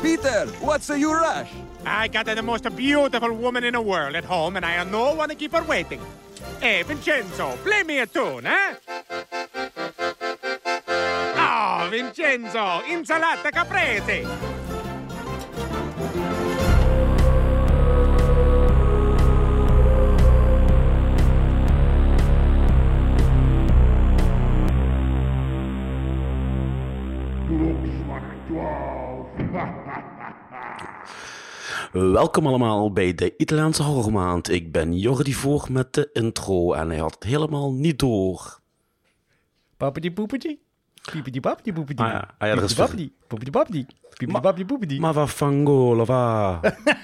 Peter, what's your rush? I got the most beautiful woman in the world at home, and I don't want to keep her waiting. Hey, Vincenzo, play me a tune, eh? Oh, Vincenzo, insalata caprese. Welkom allemaal bij de Italiaanse horrormaand. Ik ben Jordi Voort met de intro en hij had het helemaal niet door. Papadi poepadi. Piepidi papadi poepadi. Ah ja, dat is papadi. Poepadi papadi. Piepidi papadi poepadi. Ma vaffanculo, va.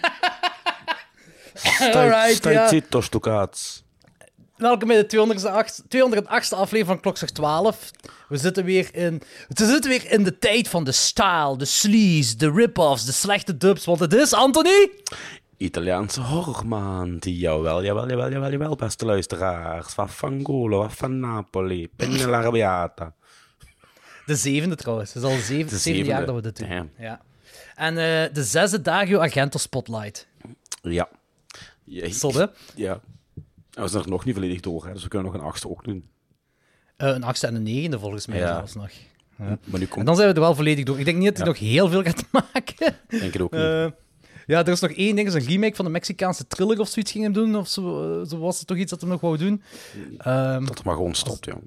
Stai zitto, sto cazzo. Welkom bij de 208e aflevering van Klokslag 12. We zitten weer in de tijd van de style, de sleaze, de rip-offs, de slechte dubs. Want het is, Anthony... Italiaanse horrormaand. Jawel, beste luisteraars. Vaffanculo, van Napoli, Penna l'Arrabbiata. De 7e trouwens. Het is al de zevende jaar dat we dit doen. Damn. Ja. En de 6e Dario Argento Spotlight. Ja. Zot, hè? Ja. We zijn er nog niet volledig door, hè, dus we kunnen nog een 8e ook doen. Een 8e en een 9e volgens mij zelfs nog. Ja. Maar nu komt... En dan zijn we er wel volledig door. Ik denk niet dat hij nog heel veel gaat maken. Denk het ook niet. Ja, er is nog één ding, is een remake van de Mexicaanse thriller of zoiets gingen doen. Of zo was het toch iets dat hij nog wou doen. Dat het maar gewoon stopt, ja.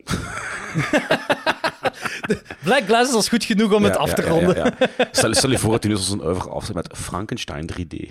Black Glasses was goed genoeg om het af te ronden. Ja. Stel je voor dat hij nu zo'n oeuvre afzet met Frankenstein 3D.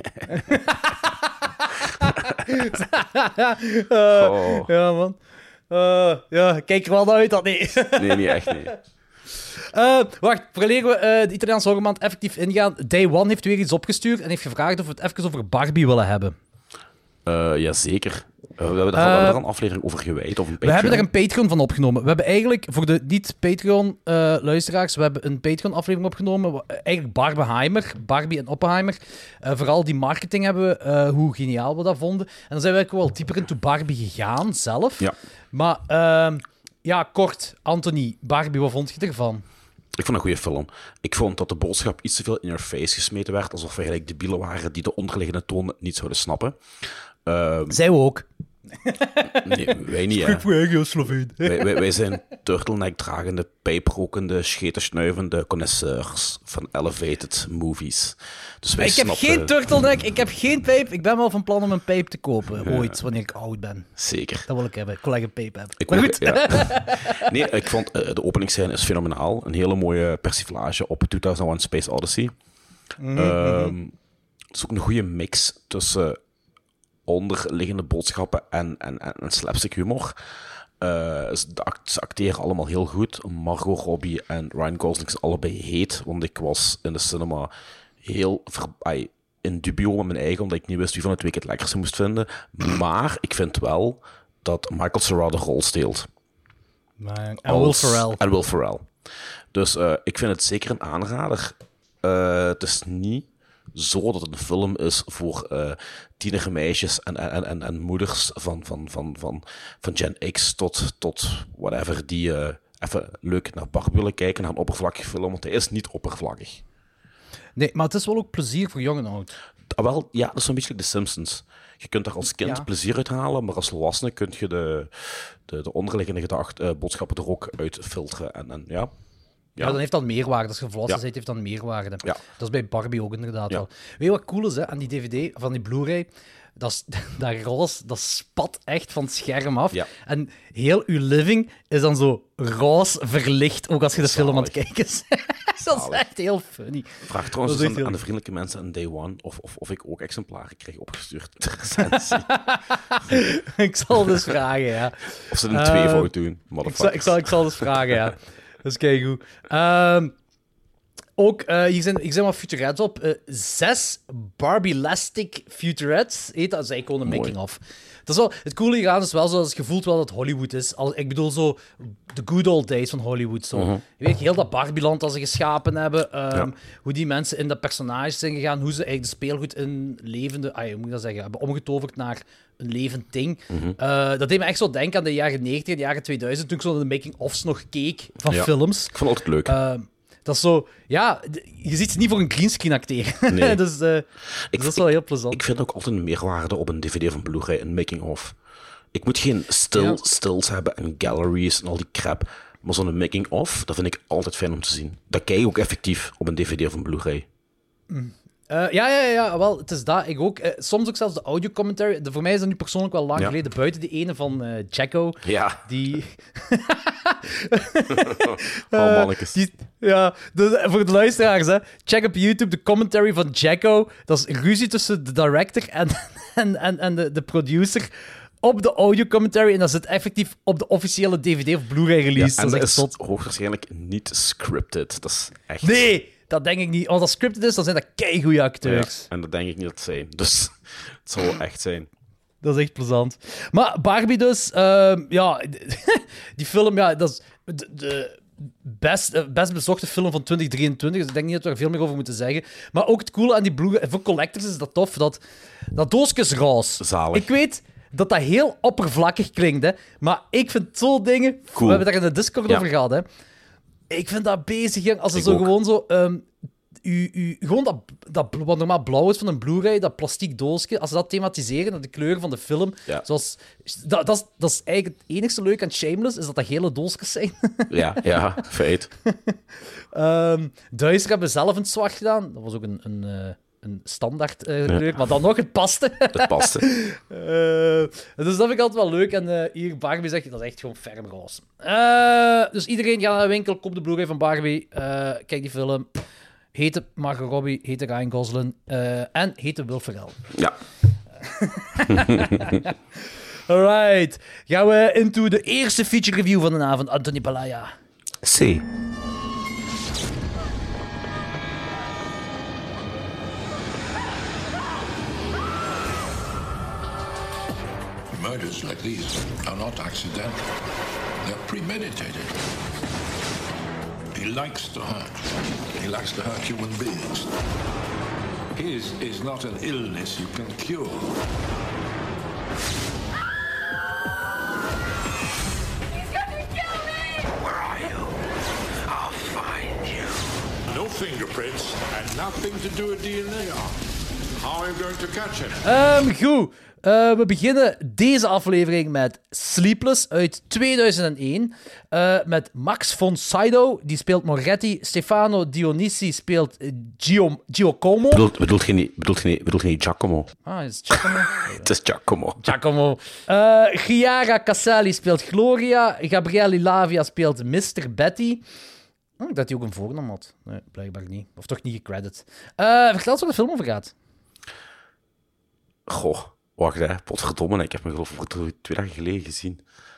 Ja, man. Ja, kijk er wel naar uit dat nee. Nee, niet echt, nee. Wacht, vooraleer we de Italiaanse horrormaand effectief ingaan. Day One heeft weer iets opgestuurd en heeft gevraagd of we het even over Barbie willen hebben. Jazeker. We hebben daar al een aflevering over gewijd, of een Patreon. We hebben er een Patreon van opgenomen. We hebben eigenlijk, voor de niet-Patreon-luisteraars, we hebben een Patreon-aflevering opgenomen. Eigenlijk Barbie en Oppenheimer. Vooral die marketing hebben we, hoe geniaal we dat vonden. En dan zijn we eigenlijk wel dieper into Barbie gegaan, zelf. Ja. Maar, ja, kort. Anthony, Barbie, wat vond je ervan? Ik vond het een goede film. Ik vond dat de boodschap iets te veel in your face gesmeten werd, alsof we eigenlijk debielen waren die de onderliggende toon niet zouden snappen. Zij we ook. Nee, wij niet, hè. Wij zijn turtleneck-dragende, pijprokende, scheten-snuivende connoisseurs van elevated movies. Dus wij Ik heb snappen... geen turtleneck, ik heb geen pijp. Ik ben wel van plan om een pijp te kopen, ooit, wanneer ik oud ben. Zeker. Dat wil ik hebben. Ik wil echt een pijp hebben. Ik Maar ook, goed. ja. Nee, ik vond de openingsscène is fenomenaal. Een hele mooie persiflage op 2001 Space Odyssey. Het is ook een goede mix tussen onderliggende boodschappen en slapstick humor. Ze acteren allemaal heel goed. Margot Robbie en Ryan Gosling zijn allebei heet, want ik was in de cinema heel in dubio met mijn eigen, omdat ik niet wist wie van de twee ik het lekkerste moest vinden. Maar ik vind wel dat Michael Cera de rol steelt. En Will Ferrell. Dus ik vind het zeker een aanrader. Het is niet zo dat het een film is voor tienerige meisjes en moeders van Gen X tot whatever, die even leuk naar Barbie willen kijken, naar een oppervlakkig film, want hij is niet oppervlakkig. Nee, maar het is wel ook plezier voor jong en oud. Wel, ja, dat is zo'n beetje like The Simpsons. Je kunt daar als kind plezier uit halen, maar als volwassene kun je de onderliggende boodschappen er ook uit filteren. Ja, dan heeft dat meerwaarde. Als je volwassen bent, heeft dat meerwaarde. Ja. Dat is bij Barbie ook inderdaad Ja. wel. Weet je wat cool is, hè, aan die DVD, van die Blu-ray? Dat roze, dat spat echt van het scherm af. Ja. En heel uw living is dan zo roze verlicht, ook als je de film aan het kijken bent. Dat is echt heel funny. Vraag trouwens aan de vriendelijke mensen aan Day One of ik ook exemplaren kreeg opgestuurd ter recensie. Ik zal dus vragen, ja. Of ze een tweevoud doen. Ik zal dus vragen, ja. Dat is keigoed. Ook, hier zijn wat featurettes op. 6 Barbie-lastic featurettes. Dat is eigenlijk gewoon een making-of. Dat is wel, het coole hieraan is wel zo dat je voelt wel dat het Hollywood is. Ik bedoel zo de good old days van Hollywood. Zo. Je weet, heel dat Barbieland dat ze geschapen hebben. Hoe die mensen in dat personage zijn gegaan. Hoe ze eigenlijk de speelgoed in levende... hoe moet ik dat zeggen? Hebben omgetoverd naar een levend ding. Dat deed me echt zo denken aan de jaren 90 en de jaren 2000. Toen ik zo de making-ofs nog keek van films. Ik vond het altijd leuk. Dat is zo... Ja, je ziet ze niet voor een greenscreen acteren. Nee. Dus dat is wel heel plezant. Ik vind ook altijd een meerwaarde op een DVD of een Blu-ray, een making-of. Ik moet geen stills hebben en galleries en al die crap. Maar zo'n making-of, dat vind ik altijd fijn om te zien. Dat kijk je ook effectief op een DVD of een Blu-ray. Ja, wel, het is dat. Ik ook. Soms ook zelfs de audio-commentary. Voor mij is dat nu persoonlijk wel lang geleden. Buiten die ene van Jacko. Ja. Die... Mannetjes. Voor de luisteraars, hè. Check op YouTube de commentary van Jacko. Dat is ruzie tussen de director en de producer op de audio-commentary. En dat zit effectief op de officiële DVD of Blu-ray release. En dat is echt is hoogstwaarschijnlijk niet scripted. Dat is echt... Nee! Dat denk ik niet. Als dat scripted is, dan zijn dat keigoeie acteurs. Ja, en dat denk ik niet dat het zijn. Dus het zal wel echt zijn. Dat is echt plezant. Maar Barbie dus, die film, ja, dat is de best bezochte film van 2023. Dus ik denk niet dat we er veel meer over moeten zeggen. Maar ook het coole aan die Blu-ray, voor collectors is dat tof, dat doosje is roze. Zalig. Ik weet dat dat heel oppervlakkig klinkt, hè, maar ik vind zo'n dingen... Cool. We hebben daar in de Discord over gehad, hè. Ik vind dat bezig, als er zo gewoon zo... gewoon wat normaal blauw is van een Blu-ray, dat plastic doosje, als ze dat thematiseren, dat de kleuren van de film, zoals... Dat is eigenlijk het enigste leuke aan Shameless, is dat gele doosjes zijn. Ja, feit. Duister hebben zelf een zwart gedaan. Dat was ook een standaard kleur, maar dan nog, het paste. Het paste. Dus dat vind ik altijd wel leuk. En hier, Barbie zegt, dat is echt gewoon ferm roze. Dus iedereen gaat naar de winkel, koop de Blu-ray van Barbie, kijk die film. Heette Margot Robbie, heette Ryan Gosling en heette Will Ferrell. Ja. Alright. Gaan we into de eerste feature review van de avond. Anthony Palaya. C. Murders like these are not accidental. They're premeditated. He likes to hurt. He likes to hurt human beings. His is not an illness you can cure. He's gonna kill me! Where are you? I'll find you. No fingerprints and nothing to do with DNA on. How are you going to catch him? Goed. We beginnen deze aflevering met Sleepless uit 2001. Met Max von Sydow, die speelt Moretti. Stefano Dionisi speelt Giacomo. Bedoelt je niet Giacomo? Ah, is het Giacomo? Het is Giacomo. Giacomo. Chiara Casali speelt Gloria. Gabriele Lavia speelt Mr. Betty. Dat hij ook een voornaam had. Nee, blijkbaar niet. Of toch niet gecredit. Vertel eens waar de film over gaat. Goh, wacht hè. Potverdomme, ik heb me geloof ik 2 dagen geleden gezien.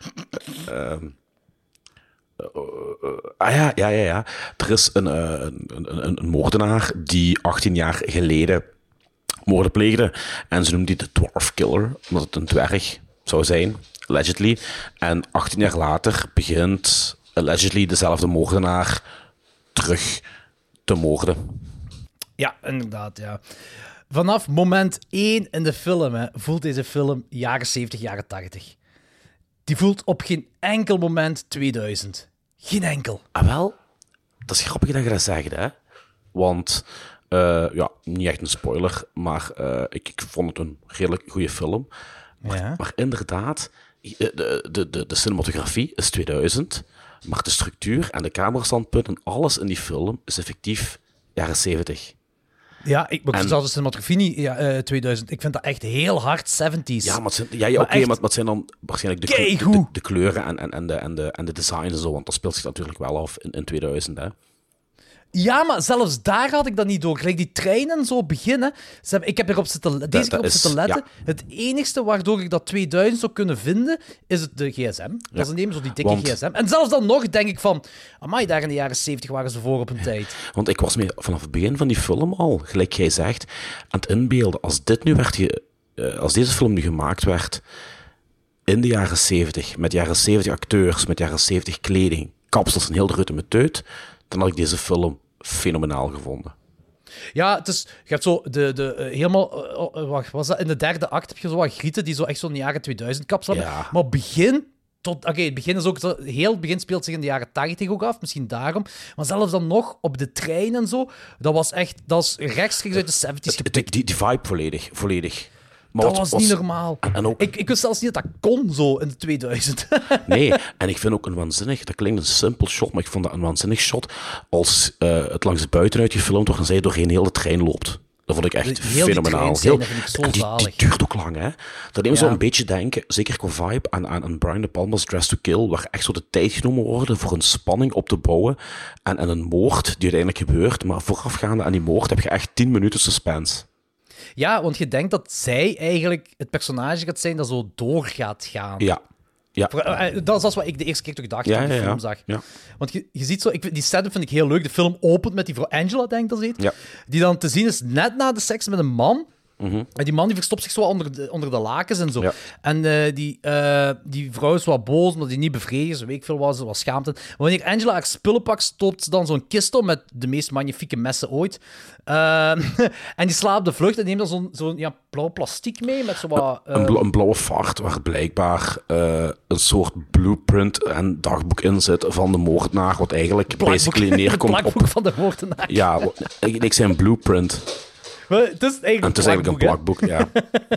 Ja. Er is een moordenaar die 18 jaar geleden moorden pleegde. En ze noemt die de Dwarf Killer, omdat het een dwerg zou zijn, allegedly. En 18 jaar later begint allegedly dezelfde moordenaar terug te moorden. Ja, inderdaad, ja. Vanaf moment 1 in de film voelt deze film jaren 70, jaren 80. Die voelt op geen enkel moment 2000. Geen enkel. Ah, wel, dat is grappig dat je dat zegt, hè. Want, niet echt een spoiler, maar ik vond het een redelijk goede film. Maar inderdaad, de cinematografie is 2000, maar de structuur en de camerastandpunt en alles in die film is effectief jaren 70. Ja, ik zelfs de cinematografie niet 2000. Ik vind dat echt heel hard 70s. Ja, maar het zijn dan waarschijnlijk de kleuren en de designs en zo, want dat speelt zich natuurlijk wel af in 2000, hè. Ja, maar zelfs daar had ik dat niet door. Gelijk die treinen zo beginnen. Ik heb erop zitten letten. Ja. Het enigste waardoor ik dat 2000 zou kunnen vinden, is het de gsm. Dat ze nemen zo die dikke gsm. En zelfs dan nog denk ik van... Amai, daar in de jaren 70 waren ze voor op een tijd. Want ik was vanaf het begin van die film al, gelijk jij zegt, aan het inbeelden. Als deze film nu gemaakt werd in de jaren 70, met jaren 70 acteurs, met jaren 70 kleding, kapsels en heel de rutte met teut, dan had ik deze film fenomenaal gevonden. Ja, het is... Je hebt zo helemaal... Wacht, was dat? In de derde act heb je zo wat grieten die zo echt zo'n jaren 2000 kapsel hebben. Ja. Maar begin het begin is ook zo, heel het begin speelt zich in de jaren 80 ook af, misschien daarom. Maar zelfs dan nog op de trein en zo, dat is rechtstreeks uit de 70's gepikt. Die vibe volledig. Maar Dat was niet normaal. En ook, Ik wist zelfs niet dat kon zo in de 2000. nee, en ik vind ook een waanzinnig... Dat klinkt een simpel shot, maar ik vond dat een waanzinnig shot als het langs de buitenuit gefilmd wordt en zij doorheen heel de trein loopt. Dat vond ik echt Heel die fenomenaal. trein vind ik zo en die zalig. duurt ook lang, hè. Dat deed me zo Ja. een beetje denken, zeker qua vibe, aan Brian De Palma's Dress to Kill, waar echt zo de tijd genomen wordt voor een spanning op te bouwen en een moord die uiteindelijk gebeurt, maar voorafgaande aan die moord heb je echt 10 minuten suspense. Ja, want je denkt dat zij eigenlijk het personage gaat zijn dat zo door gaat gaan. Ja. Dat is wat ik de eerste keer toch dacht toen ik de film zag. Ja. Want je ziet zo, die setup vind ik heel leuk. De film opent met die vrouw Angela, denk ik dat ze heet. Ja. Die dan te zien is net na de seks met een man. En die man die verstopt zich zo onder de lakens en zo. Ja. En die vrouw is wat boos omdat hij niet bevredigd is. Weet ik veel wat, ze was schaamte. Maar wanneer Angela haar spullen pakt, stopt ze dan zo'n kist op met de meest magnifieke messen ooit. En die slaat op de vlucht en neemt dan zo'n blauw plastiek mee met zo wat... Een blauwe vaart waar blijkbaar een soort blueprint en dagboek in zit van de moordenaar, wat eigenlijk basically neerkomt het plakboek van de moordenaar. Ja, ik zei een blueprint. Het is eigenlijk En het is eigenlijk een plakboek, ja.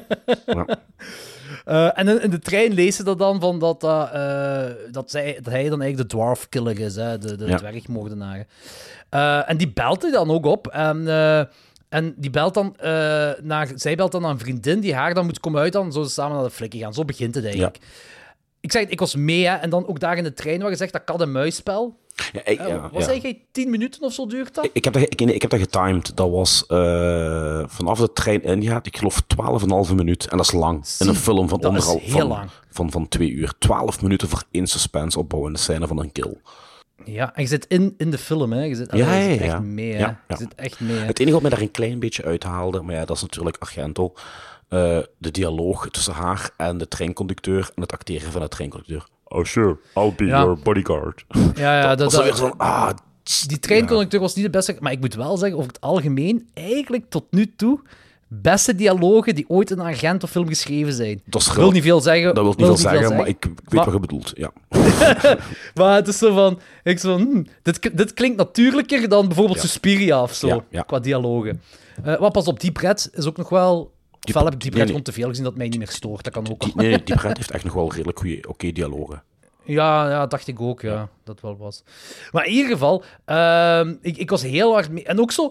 En in de trein lezen dat dan van dat hij dan eigenlijk de dwarf killer is, hè, de dwergmoordenaar. En die belt hij dan ook op. En die belt dan zij belt dan naar een vriendin die haar dan moet komen uit, dan zo samen naar de flikken gaan. Zo begint het eigenlijk. Ja. Ik zeg het, ik was mee, hè, en dan ook daar in de trein waar je zegt dat kat-en-muisspel. Was eigenlijk 10 minuten of zo duurt dat? Ik heb dat getimed. Dat was vanaf de trein ingaat, ik geloof 12,5 minuut. En dat is lang. In een film van dat is heel lang. Van 2 uur. 12 minuten voor één suspense opbouwen in de scène van een kill. Ja, en je zit in de film, hè. Je zit echt mee, hè. Ja. Je zit echt mee, hè. Het enige wat mij daar een klein beetje uithaalde, maar ja, dat is natuurlijk Argento. De dialoog tussen haar en de treinconducteur en het acteren van de treinconducteur. Oh, sure, I'll be your bodyguard. Ja, dat was weer zo'n... Die treinconducteur was niet de beste, maar ik moet wel zeggen, over het algemeen, eigenlijk tot nu toe, beste dialogen die ooit in een Argento-film geschreven zijn. Dat wil niet veel zeggen. Dat wil niet veel zeggen, maar ik weet wat je bedoelt, ja. Maar het is zo van... dit klinkt natuurlijker dan bijvoorbeeld Suspiria of zo, qua dialogen. Wat pas op, die pret is ook nog wel... Ofwel heb ik die pret rond te veel gezien dat mij niet meer stoort. Dat kan ook. Die pret heeft echt nog wel redelijk goede dialogen. Ja, dacht ik ook, ja. Dat wel was. Maar in ieder geval, ik was heel hard mee. En ook zo...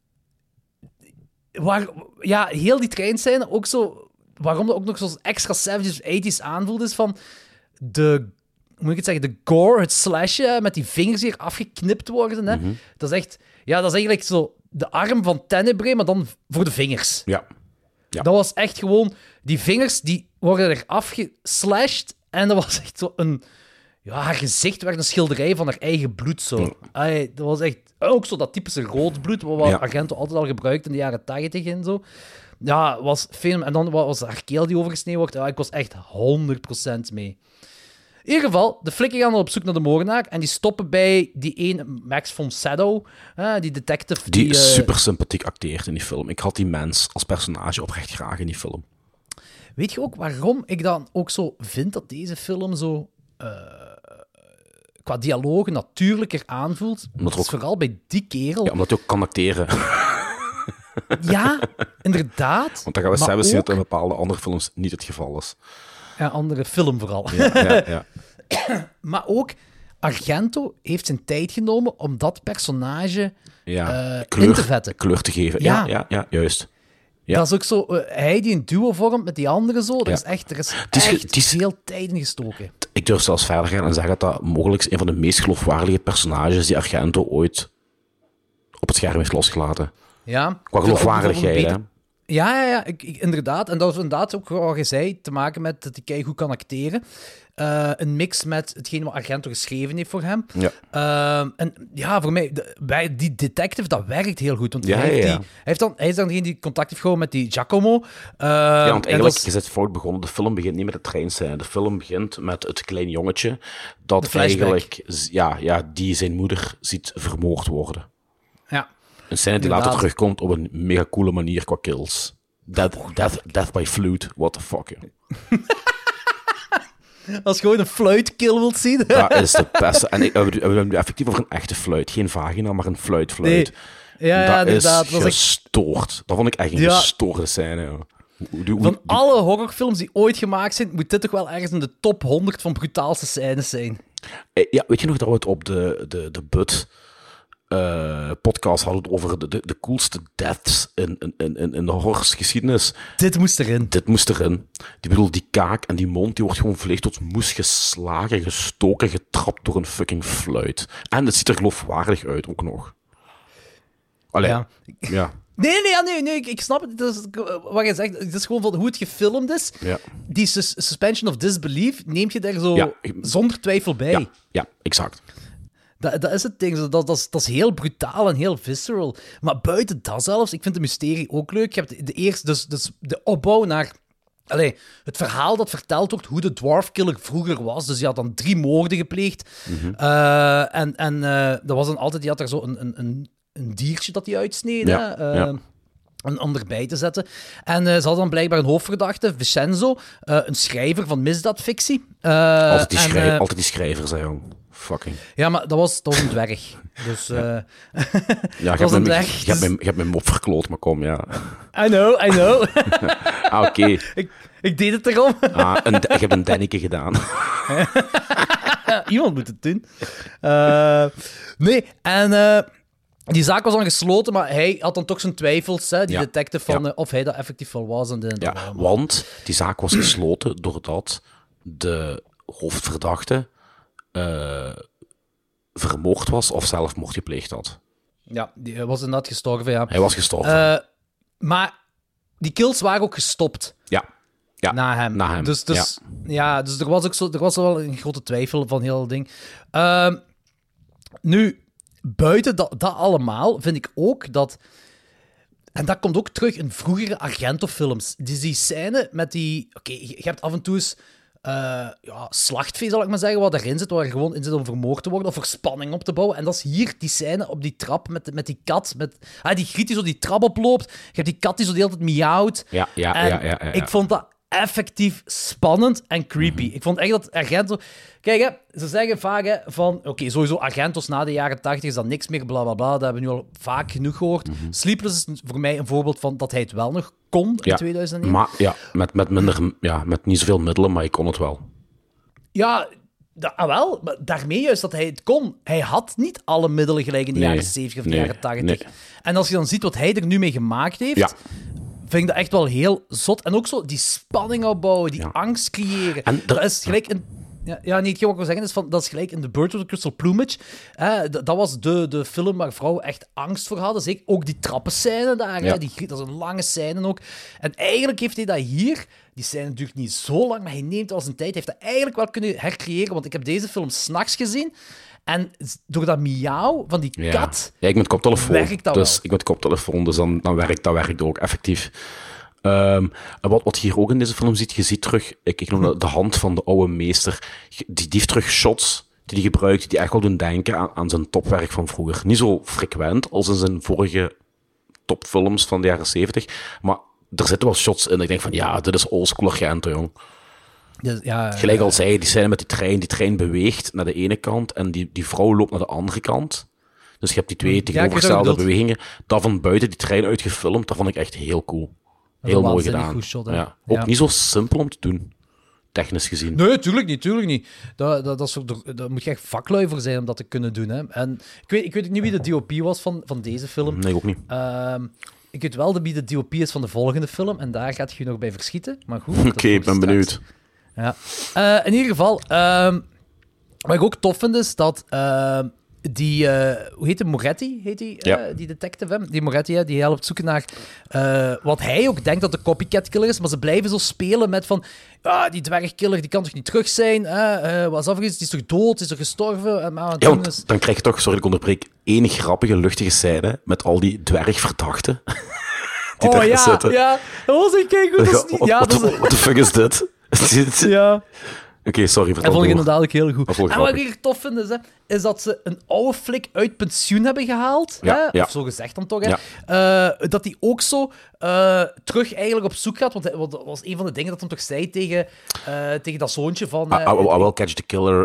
heel die treinscène, ook zo... Waarom dat ook nog zo'n extra 70s, 80s aanvoelt, is van... Hoe moet ik het zeggen? De gore, het slashen, met die vingers hier afgeknipt worden. Hè? Mm-hmm. Dat is echt... Ja, dat is eigenlijk zo de arm van Tenebrae, maar dan voor de vingers. Ja. Dat was echt gewoon... Die vingers, die worden er afgeslashed. En dat was echt zo een... Ja, haar gezicht werd een schilderij van haar eigen bloed, zo. Dat was echt... Ook zo dat typische rood bloed, wat Argento altijd al gebruikt in de jaren 80 en zo. Ja, was film. En dan was haar keel die overgesneden wordt. Ja, ik was echt 100% mee. In ieder geval, de flikken gaan op zoek naar de moordenaar en die stoppen bij die ene Max von Sydow, die detective. Die super sympathiek acteert in die film. Ik had die mens als personage oprecht graag in die film. Weet je ook waarom ik dan ook zo vind dat deze film zo qua dialogen natuurlijker aanvoelt? Dat is vooral bij die kerel. Ja, omdat hij ook kan acteren. Ja, inderdaad. Want dan gaan we zelfs zien dat in bepaalde andere films niet het geval is. Ja, andere film vooral. Ja. Maar ook, Argento heeft zijn tijd genomen om dat personage in te vetten. Kleur te geven. Ja, juist. Ja. Dat is ook zo, hij die een duo vormt met die anderen zo, er is echt veel tijd in gestoken. Ik durf zelfs verder gaan en zeggen dat dat mogelijk een van de meest geloofwaardige personages die Argento ooit op het scherm heeft losgelaten. Ja. Qua geloofwaardigheid, hè. Ja, inderdaad. En dat is inderdaad ook wat je zei, te maken met dat hij goed kan acteren. Een mix met hetgeen wat Argento geschreven heeft voor hem. Ja. En ja, voor mij, bij die detective, dat werkt heel goed. Want hij is dan degene die contact heeft gehouden met die Giacomo. Want eigenlijk, je zit fout begonnen. De film begint niet met de treinscène. De film begint met het kleine jongetje dat eigenlijk die zijn moeder ziet vermoord worden. Ja. Een scène die later terugkomt op een mega coole manier qua kills. Death by flute, what the fuck. Als je gewoon een fluitkill wilt zien. Dat is de beste. En we hebben het effectief over een echte fluit. Geen vagina, maar een fluit. Nee. Ja, dat inderdaad. is Dat is echt... gestoord. Dat vond ik echt een gestoorde scène. Ja. Van alle horrorfilms die ooit gemaakt zijn, moet dit toch wel ergens in de top 100 van brutaalste scènes zijn. Ja, weet je nog dat we het op de Bud podcast hadden over de coolste deaths in de horrorsgeschiedenis? Dit moest erin. Dit moest erin. Ik bedoel, die kaak en die mond, die wordt gewoon volledig tot moes geslagen, gestoken, getrapt door een fucking fluit. En het ziet er geloofwaardig uit, ook nog. Allee, ja. Nee, ik snap het. Dat is, wat je zegt, het is gewoon van hoe het gefilmd is. Ja. Die suspension of disbelief neemt je daar zo zonder twijfel bij. Ja, exact. Dat is het ding. Dat is heel brutaal en heel visceral. Maar buiten dat zelfs, ik vind de mysterie ook leuk. Je hebt de eerste, dus de opbouw naar... Allee, het verhaal dat verteld wordt hoe de dwarfkiller vroeger was. Dus die had dan 3 moorden gepleegd. Dat was dan altijd... Die had er zo een diertje dat hij uitsneed. Om erbij te zetten. En ze hadden dan blijkbaar een hoofdverdachte, Vincenzo, een schrijver van misdaadfictie. Altijd die schrijver, zei jong. Fucking. Ja, maar dat was een dwerg. Dus... Ja, dat was een dwerg. Je hebt mijn mop verkloot, maar kom, ja. I know. Oké. Ik deed het erom. Ik heb een Denneke gedaan. Iemand moet het doen. Nee, die zaak was dan gesloten, maar hij had dan toch zijn twijfels, hè, die detective, van of hij dat effectief wel was. Want die zaak was gesloten doordat de hoofdverdachte vermoord was of zelfmoord gepleegd had. Ja, die was inderdaad gestorven, ja. Hij was gestorven. Maar die kills waren ook gestopt. Ja. Na hem. Dus er was wel een grote twijfel van heel het ding. Nu... Buiten dat allemaal vind ik ook dat... En dat komt ook terug in vroegere Argento-films. Die scène met die... Oké, je hebt af en toe eens... slachtvee, zal ik maar zeggen, wat erin zit, waar je gewoon in zit om vermoord te worden, of voor spanning op te bouwen. En dat is hier die scène op die trap met die kat. Die griet die zo die trap oploopt. Je hebt die kat die zo de hele tijd miauwt. Ja. Ik vond dat effectief spannend en creepy. Ik vond echt dat Argento... Kijk, hè, ze zeggen vaak van... Oké, sowieso Argentos na de jaren 80 is dan niks meer, blablabla. Bla, bla, dat hebben we nu al vaak genoeg gehoord. Sleepless is voor mij een voorbeeld van dat hij het wel nog kon in 2001. Maar met niet zoveel middelen, maar ik kon het wel. Ja, wel. Maar daarmee juist dat hij het kon. Hij had niet alle middelen gelijk in de jaren 70 of de jaren 80. Nee. En als je dan ziet wat hij er nu mee gemaakt heeft... vind ik dat echt wel heel zot. En ook zo die spanning opbouwen, die angst creëren. En dat is gelijk een... hetgeen wat ik wil zeggen is van, dat is gelijk in The Bird with the Crystal Plumage. Dat was de film waar vrouwen echt angst voor hadden. Zeker ook die trappenscène daar. Dat is een lange scène ook. En eigenlijk heeft hij dat hier... Die scène duurt niet zo lang, maar hij neemt al zijn tijd. Hij heeft dat eigenlijk wel kunnen hercreëren. Want ik heb deze film 's nachts gezien. En door dat miauw van die kat... Ja, ik met koptelefoon. Werkt dat dus, ik met koptelefoon, dus dan werkt ook effectief. Wat je hier ook in deze film ziet, je ziet terug... Ik noem de hand van de oude meester. Die heeft terug shots die hij gebruikt, die echt wel doen denken aan zijn topwerk van vroeger. Niet zo frequent als in zijn vorige topfilms van de jaren 70, maar er zitten wel shots in. Ik denk van, dit is oldschool Argento, jong. Dus, gelijk al zei, die scène met die trein beweegt naar de ene kant en die vrouw loopt naar de andere kant. Dus je hebt die twee tegenovergestelde bewegingen. Dat van buiten die trein uitgefilmd, dat vond ik echt heel cool. Heel mooi gedaan. Shot, ook niet zo simpel om te doen, technisch gezien. Nee, tuurlijk niet. Daar moet je echt vaklui voor zijn om dat te kunnen doen. Hè. En ik weet niet wie de DOP was van deze film. Nee, ook niet. Ik weet wel wie de DOP is van de volgende film, en daar gaat je nog bij verschieten. Maar goed. Oké, ik ben benieuwd. Ja. In ieder geval, wat ik ook tof vind is dat die, hoe heet hij? Moretti, heet die, die detective, hè? Die Moretti, die helpt zoeken naar wat hij ook denkt dat de copycat killer is, maar ze blijven zo spelen met van, die dwergkiller, die kan toch niet terug zijn? Wat is afgewezen? Die is toch dood? Die is toch gestorven? Dan krijg je toch, sorry ik onderbreek, één grappige, luchtige scène met al die dwergverdachten. Die daar zitten. Ja. Dat was een kijk, dat is niet... What the fuck is dit? Ja. Oké, sorry, Dat vertel vond ik door. inderdaad ook heel goed. Dat vond ik En wat ik grappig. hier tof vind, is dat ze een oude flik uit pensioen hebben gehaald. Ja, hè? ja. Of zo gezegd dan toch. Hè? Dat hij ook zo terug eigenlijk op zoek gaat. Want dat was een van de dingen dat hij toch zei tegen dat zoontje van... I will catch the killer,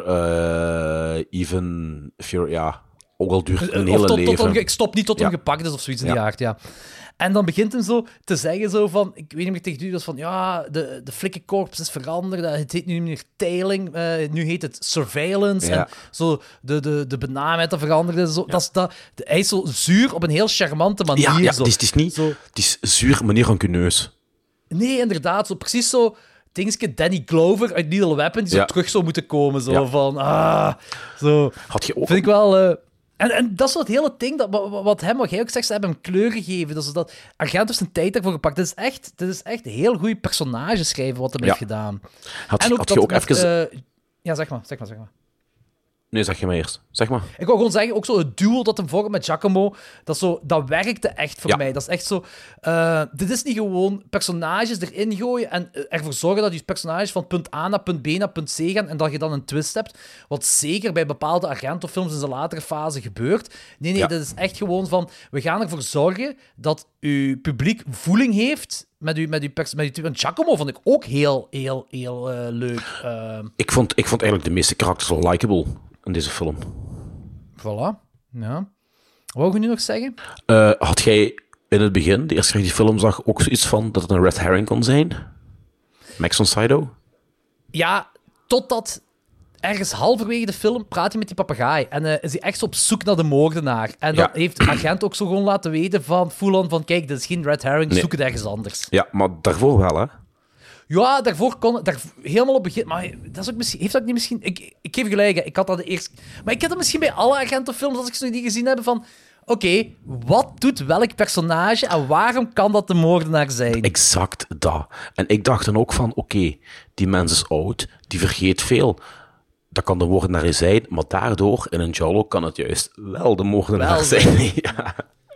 even if you're... Ja, ook al duurt een hele leven. Ik stop niet tot hem Ja. gepakt is of zoiets in Ja. die aard, ja. En dan begint hem zo te zeggen zo van... Ik weet niet meer tegen u, dat is van... Ja, de flikkenkorps is veranderd. Het heet nu niet meer tailing. Nu heet het surveillance. Ja. En zo de benaamheid dat veranderde. Zo, hij is zo zuur op een heel charmante manier. Ja, zo. het is niet... Zo. Het is zuur, meneer rancuneus. Nee, inderdaad. Zo, precies zo... Dingske Danny Glover uit Lethal Weapon, die zo Ja. terug zou moeten komen. Zo Ja. van... Zo... Had je ook... Vind ik wel... En dat is zo het hele ding, wat jij ook zegt, ze hebben hem kleur gegeven. Dus dat Argento heeft zijn tijd daarvoor gepakt. Dit is echt heel goed personage schrijven wat hij heeft gedaan. Had En je ook met, even... ja, zeg maar. Nee, zeg je maar eerst. Zeg maar. Ik wou gewoon zeggen, ook zo het duo dat hem vormt met Giacomo, dat werkte echt voor mij. Dat is echt zo... dit is niet gewoon personages erin gooien en ervoor zorgen dat je personages van punt A naar punt B naar punt C gaan en dat je dan een twist hebt. Wat zeker bij bepaalde Argento-films in zijn latere fase gebeurt. Nee, dit is echt gewoon van... We gaan ervoor zorgen dat uw publiek voeling heeft met uw want Giacomo vond ik ook heel leuk. Ik vond eigenlijk de meeste karakters wel likable in deze film. Voilà. Ja. Wat wou je nu nog zeggen? Had jij in het begin, de eerste keer die film zag, ook zoiets van dat het een red herring kon zijn? Max von Sydow? Ja, totdat ergens halverwege de film praat hij met die papegaai. En is hij echt zo op zoek naar de moordenaar. En dan heeft Agent ook zo gewoon laten weten van full-on van kijk, dit is geen red herring, zoek het ergens anders. Ja, maar daarvoor wel, hè? Ja, daarvoor kon het helemaal op begin. Maar dat is ook misschien, heeft dat niet misschien... Ik geef gelijk, hè, ik had dat de eerste... Maar ik had dat misschien bij alle Argento-films, als ik ze die gezien heb, van... Oké, wat doet welk personage en waarom kan dat de moordenaar zijn? Exact dat. En ik dacht dan ook van, oké, die mens is oud, die vergeet veel. Dat kan de moordenaar zijn, maar daardoor, in een Giallo, kan het juist wel de moordenaar zijn. Ja.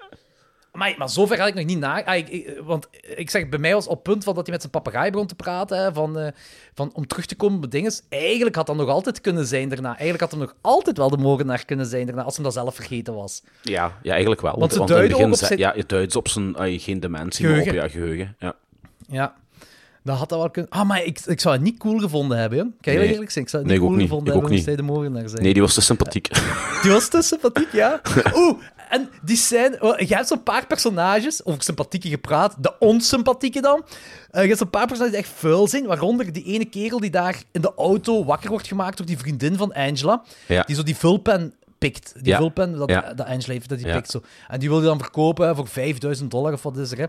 Maar zover had ik nog niet na... Want ik zeg, bij mij was op het punt van dat hij met zijn papegaai begon te praten, hè, van om terug te komen op dingen. Eigenlijk had dat nog altijd kunnen zijn daarna. Eigenlijk had hem nog altijd wel de moordenaar kunnen zijn daarna, als hem dat zelf vergeten was. Ja, eigenlijk wel. Want ze in het duiden begin ook op zijn... Ja, je duidt op zijn geen dementie, Geheugen. maar op geheugen. Ja. Ja, dat had dat wel kunnen... maar ik zou het niet cool gevonden hebben, hè. Kan je Nee. eerlijk zijn? Ik zou het Nee, niet ik ook cool niet. gevonden Ik ook hebben moest niet. hij de moordenaar zijn. Nee, die was te sympathiek. Die was te sympathiek, ja. En die scène... Je hebt zo'n paar personages, over sympathieke gepraat, de onsympathieke dan. Je hebt zo'n paar personages die echt vuil zijn, waaronder die ene kerel die daar in de auto wakker wordt gemaakt door die vriendin van Angela, Ja. die zo die vulpen pikt. Die Ja. vulpen dat Ja. Angela heeft, dat die Ja. pikt zo. En die wil je dan verkopen hè, voor $5.000 of wat is er,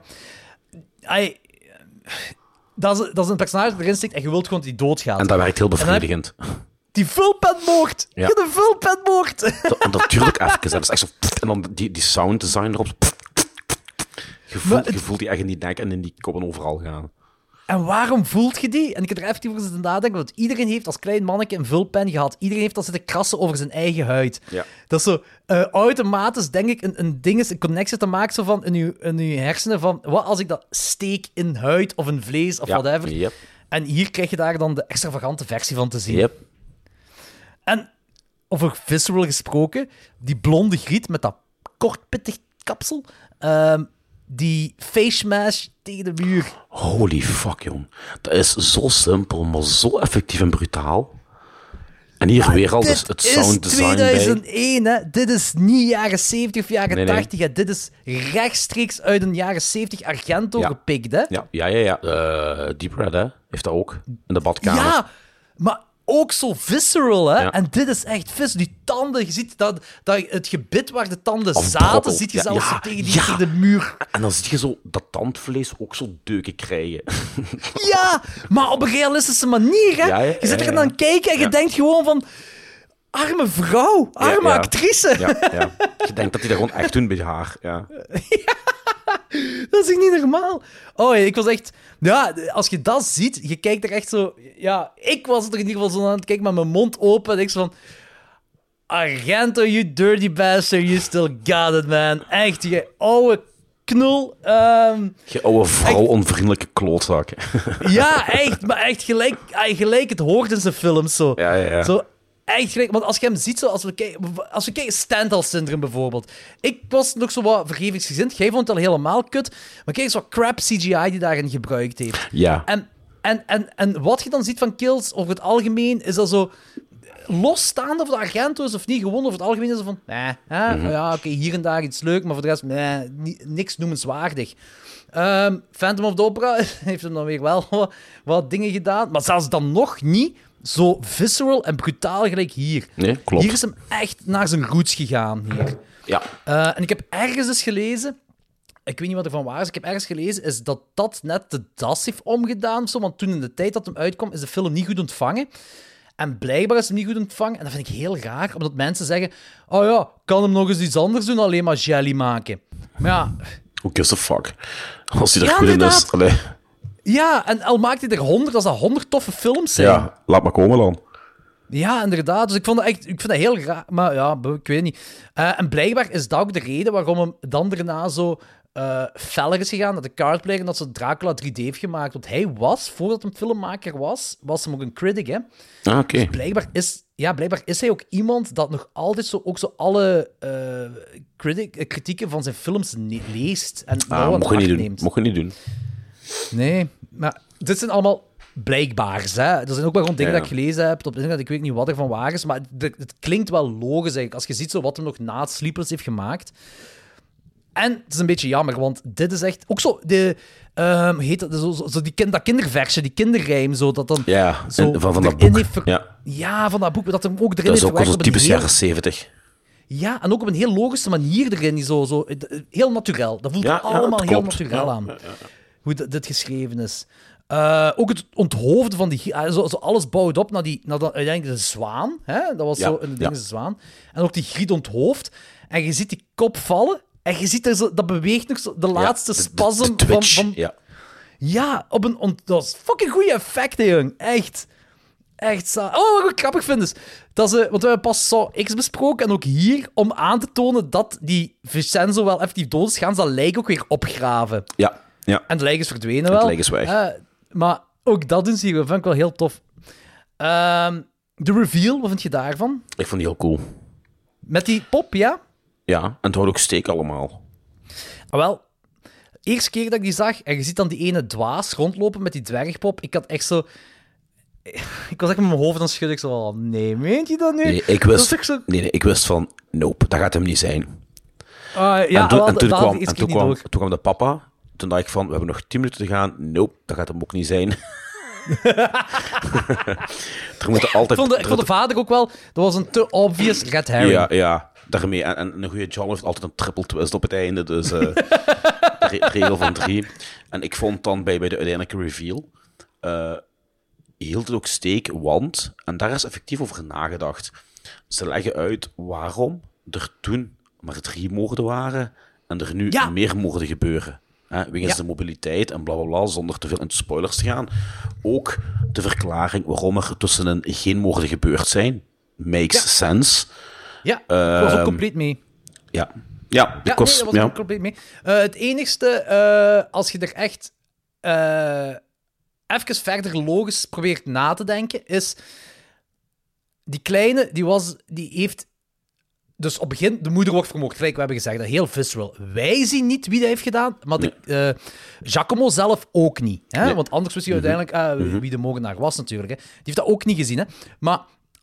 hè. Dat is een personage dat erin steekt en je wilt gewoon dat die doodgaat. En dat werkt heel dan heb- bevredigend. Die vulpenmoord! Ja. Je de vulpenmoord! En dat duurt ook even. Dat is echt zo... En dan die sound design erop. Je voelt die echt in die nek en in die koppen overal gaan. En waarom voelt je die? En ik heb er even over zitten nadenken, want iedereen heeft als klein manneke een vulpen gehad. Iedereen heeft dat zitten krassen over zijn eigen huid. Ja. Dat is zo automatisch, denk ik, een connectie te maken zo van in uw hersenen van, wat als ik dat steek in huid of in vlees of Ja. whatever. Yep. En hier krijg je daar dan de extravagante versie van te zien. Yep. En over visceral gesproken, die blonde griet met dat kortpittig kapsel, die face smash tegen de muur. Holy fuck, jong. Dat is zo simpel, maar zo effectief en brutaal. En hier weer al dus het sound design Dit is bij. 2001, hè. Dit is niet jaren 70 of jaren Nee. 80. Hè. Dit is rechtstreeks uit een jaren 70 Argento Ja. gepikt, hè. Ja. Deep Red, hè. Heeft dat ook. In de badkamer. Ja, maar ook zo visceral, hè. Ja. En dit is echt vis. Die tanden, je ziet dat het gebit waar de tanden Afbrokkelt. zaten, ziet je Ja, zelfs ja, zo tegen ja. de muur. En dan zie je zo dat tandvlees ook zo deuken krijgen. Ja, maar op een realistische manier, hè. Ja, Je zit er ja. aan kijken en je denkt gewoon van... Arme vrouw, arme ja. actrice. Ja. Je denkt dat die dat gewoon echt doen bij haar. Ja. Dat is echt niet normaal. Oh, ik was echt... Ja, als je dat ziet, je kijkt er echt zo... Ja, ik was er in ieder geval zo aan het kijken met mijn mond open. En ik zo van... Argento, you dirty bastard, you still got it, man. Echt, je oude knul. Je oude vrouw-onvriendelijke klootzaken. Ja, echt. Maar echt gelijk het hoort in zijn films. Zo. Ja. Zo, echt gelijk. Want als je hem ziet, zo, als we kijken Stendhal-syndroom bijvoorbeeld. Ik was nog zo wat vergevingsgezind. Jij vond het al helemaal kut. Maar kijk eens wat crap CGI die daarin gebruikt heeft. Ja. En wat je dan ziet van kills over het algemeen, is dat zo... Losstaande of de Argento is of niet, gewoon over het algemeen is het van... Ja, oké, hier en daar iets leuk, maar voor de rest, niks noemenswaardig. Phantom of the Opera heeft hem dan weer wel wat dingen gedaan, maar zelfs dan nog niet zo visceral en brutaal gelijk hier. Nee, klopt. Hier is hem echt naar zijn roots gegaan, hier. Ja. En ik heb ergens eens gelezen... Ik weet niet wat er van waar is. Ik heb ergens gelezen is dat net de das heeft omgedaan. Of zo, want toen in de tijd dat hem uitkwam, is de film niet goed ontvangen. En blijkbaar is hem niet goed ontvangen. En dat vind ik heel raar, omdat mensen zeggen... Oh ja, kan hem nog eens iets anders doen, alleen maar jelly maken. Maar ja... Who gives a fuck? Als hij er Ja, goed in is. inderdaad. Allee. Ja, en al maakt hij er 100, als dat 100 toffe films zijn. Ja, laat maar komen dan. Ja, inderdaad. Dus ik vind dat heel raar. Maar ja, ik weet het niet. En blijkbaar is dat ook de reden waarom hem dan daarna zo feller is gegaan naar de kaartpleger dat ze Dracula 3D heeft gemaakt. Want hij was, voordat hij filmmaker was hem ook een critic, hè. Ah, oké. Dus blijkbaar is hij ook iemand dat nog altijd ook zo alle kritieken van zijn films leest. En Mocht je niet doen. Mocht je niet doen. Nee, maar dit zijn allemaal blijkbaars. Hè. Er zijn ook wel gewoon dingen dat ik gelezen heb op internet. Ik weet niet wat er van waar is, maar het klinkt wel logisch eigenlijk. Als je ziet zo wat hij nog na het Sleepless heeft gemaakt. En het is een beetje jammer, want dit is echt... Ook zo, heet dat, dat kinderversje, die kinderrijm, zo, dat dan... Ja, zo van dat boek. Ja, van dat boek, dat hem ook erin Dat is heeft ook wel zo verwerkt op een typisch heel... jaren 70. Ja, en ook op een heel logische manier erin. Zo, heel naturel. Dat voelt allemaal heel klopt. naturel aan. Ja. Hoe dit geschreven is. Ook het onthoofden van die... Zo alles bouwt op naar uiteindelijk de zwaan. Hè? Dat was zo een ding, de zwaan. En ook die griet onthoofd. En je ziet die kop vallen. En je ziet er zo, dat beweegt nog zo, de laatste spasm de twitch, van... Ja, dat was fucking goede effecten, jong. Echt. Oh, wat ik grappig vind is... Want we hebben pas Saw X besproken, en ook hier, om aan te tonen dat die Vincenzo wel effectief dood is, gaan ze dat lijk ook weer opgraven. Ja. En het lijk is verdwenen wel. Het lijk is weg. Maar ook dat doen ze hier, dat vind ik wel heel tof. De reveal, wat vind je daarvan? Ik vond die heel cool. Met die pop, ja? Ja, en het houdt ook steek allemaal. Wel, de eerste keer dat ik die zag, en je ziet dan die ene dwaas rondlopen met die dwergpop, ik had echt zo... Ik was echt met mijn hoofd aan het schudden. Ik zo, nee, meent je dat nu? Nee, ik wist van, nope, dat gaat hem niet zijn. Toen kwam de papa. Toen dacht ik van, we hebben nog 10 minuten te gaan. Nope, dat gaat hem ook niet zijn. Ik vond de vader ook wel... Dat was een te obvious red herring. Ja, daarmee. En een goede John heeft altijd een triple twist op het einde. Dus de regel van 3. En ik vond dan bij de uiteindelijke reveal... hield het ook steek, want... En daar is effectief over nagedacht. Ze leggen uit waarom er toen maar 3 moorden waren... en er nu meer moorden gebeuren. Wegens de mobiliteit en blablabla, zonder te veel into spoilers te gaan. Ook de verklaring waarom er tussenin geen moorden gebeurd zijn. Makes sense. Ja, ik was ook compleet mee. Ja, ik was ook compleet mee. Het enigste, als je er echt even verder logisch probeert na te denken, is... Die kleine, die heeft... Dus op het begin, de moeder wordt vermoord. Gelijk, we hebben gezegd, dat heel visceral. Wij zien niet wie dat heeft gedaan, maar Giacomo zelf ook niet. Hè? Nee. Want anders wist hij uiteindelijk wie de moordenaar was, natuurlijk. Hè? Die heeft dat ook niet gezien. Hè? Maar...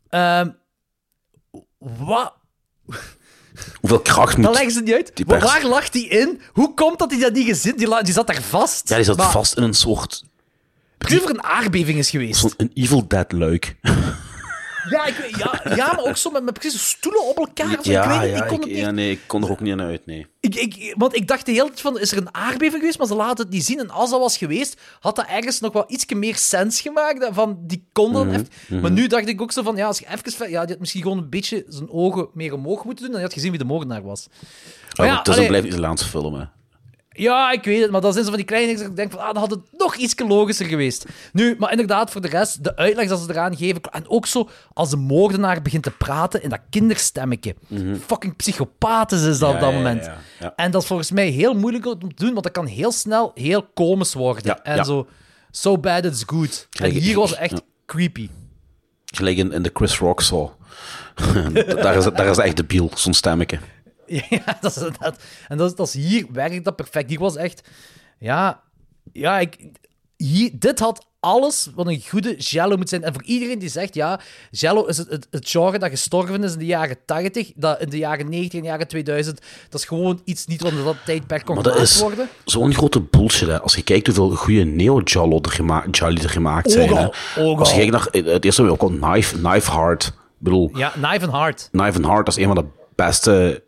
wat... Hoeveel kracht moet... Dat leggen ze niet uit. Waar lag hij in? Hoe komt dat hij dat niet gezien? Die zat daar vast. Ja, die zat vast in een soort... Precies of er een aardbeving is geweest. Zo'n Evil Dead luik. Ja, maar ook zo met precies stoelen op elkaar. Ik kon er ook niet aan uit, nee. Want ik dacht de hele tijd van, is er een aardbeving geweest? Maar ze laten het niet zien. En als dat was geweest, had dat ergens nog wel iets meer sens gemaakt. Van, die kon dan even... Maar nu dacht ik ook zo van, als je even... die had misschien gewoon een beetje zijn ogen meer omhoog moeten doen. Dan had je gezien wie de moordenaar was. Het is een blijft Italiaanse film, hè. Ja, ik weet het, maar dat zijn zo van die kleine dingen dat ik denk van, dan had het nog iets logischer geweest. Nu, maar inderdaad, voor de rest, de uitleg dat ze eraan geven, en ook zo, als de moordenaar begint te praten in dat kinderstemmetje. Fucking psychopaat is dat op dat moment. Ja. En dat is volgens mij heel moeilijk om te doen, want dat kan heel snel heel komisch worden. Ja, en ja. zo, so bad it's good. En hier was het echt creepy. Gelijk in de Chris Rock Saw. daar is echt debiel, zo'n stemmetje. Ja, dat is inderdaad. En dat is hier werkt dat perfect. Hier was echt... dit had alles wat een goede Giallo moet zijn. En voor iedereen die zegt, ja, Giallo is het genre dat gestorven is in de jaren 80, dat in de jaren 90 en jaren 2000, dat is gewoon iets niet wat in dat tijdperk kon Maar dat gemaakt is worden. zo'n grote bullshit, hè. Als je kijkt hoeveel goede neo-Giallo er gemaakt zijn. Hè. Als je kijkt naar het eerste ook al Knife Heart. Ik bedoel, Ja, Knife and Heart. Knife and Heart, dat is een van de beste...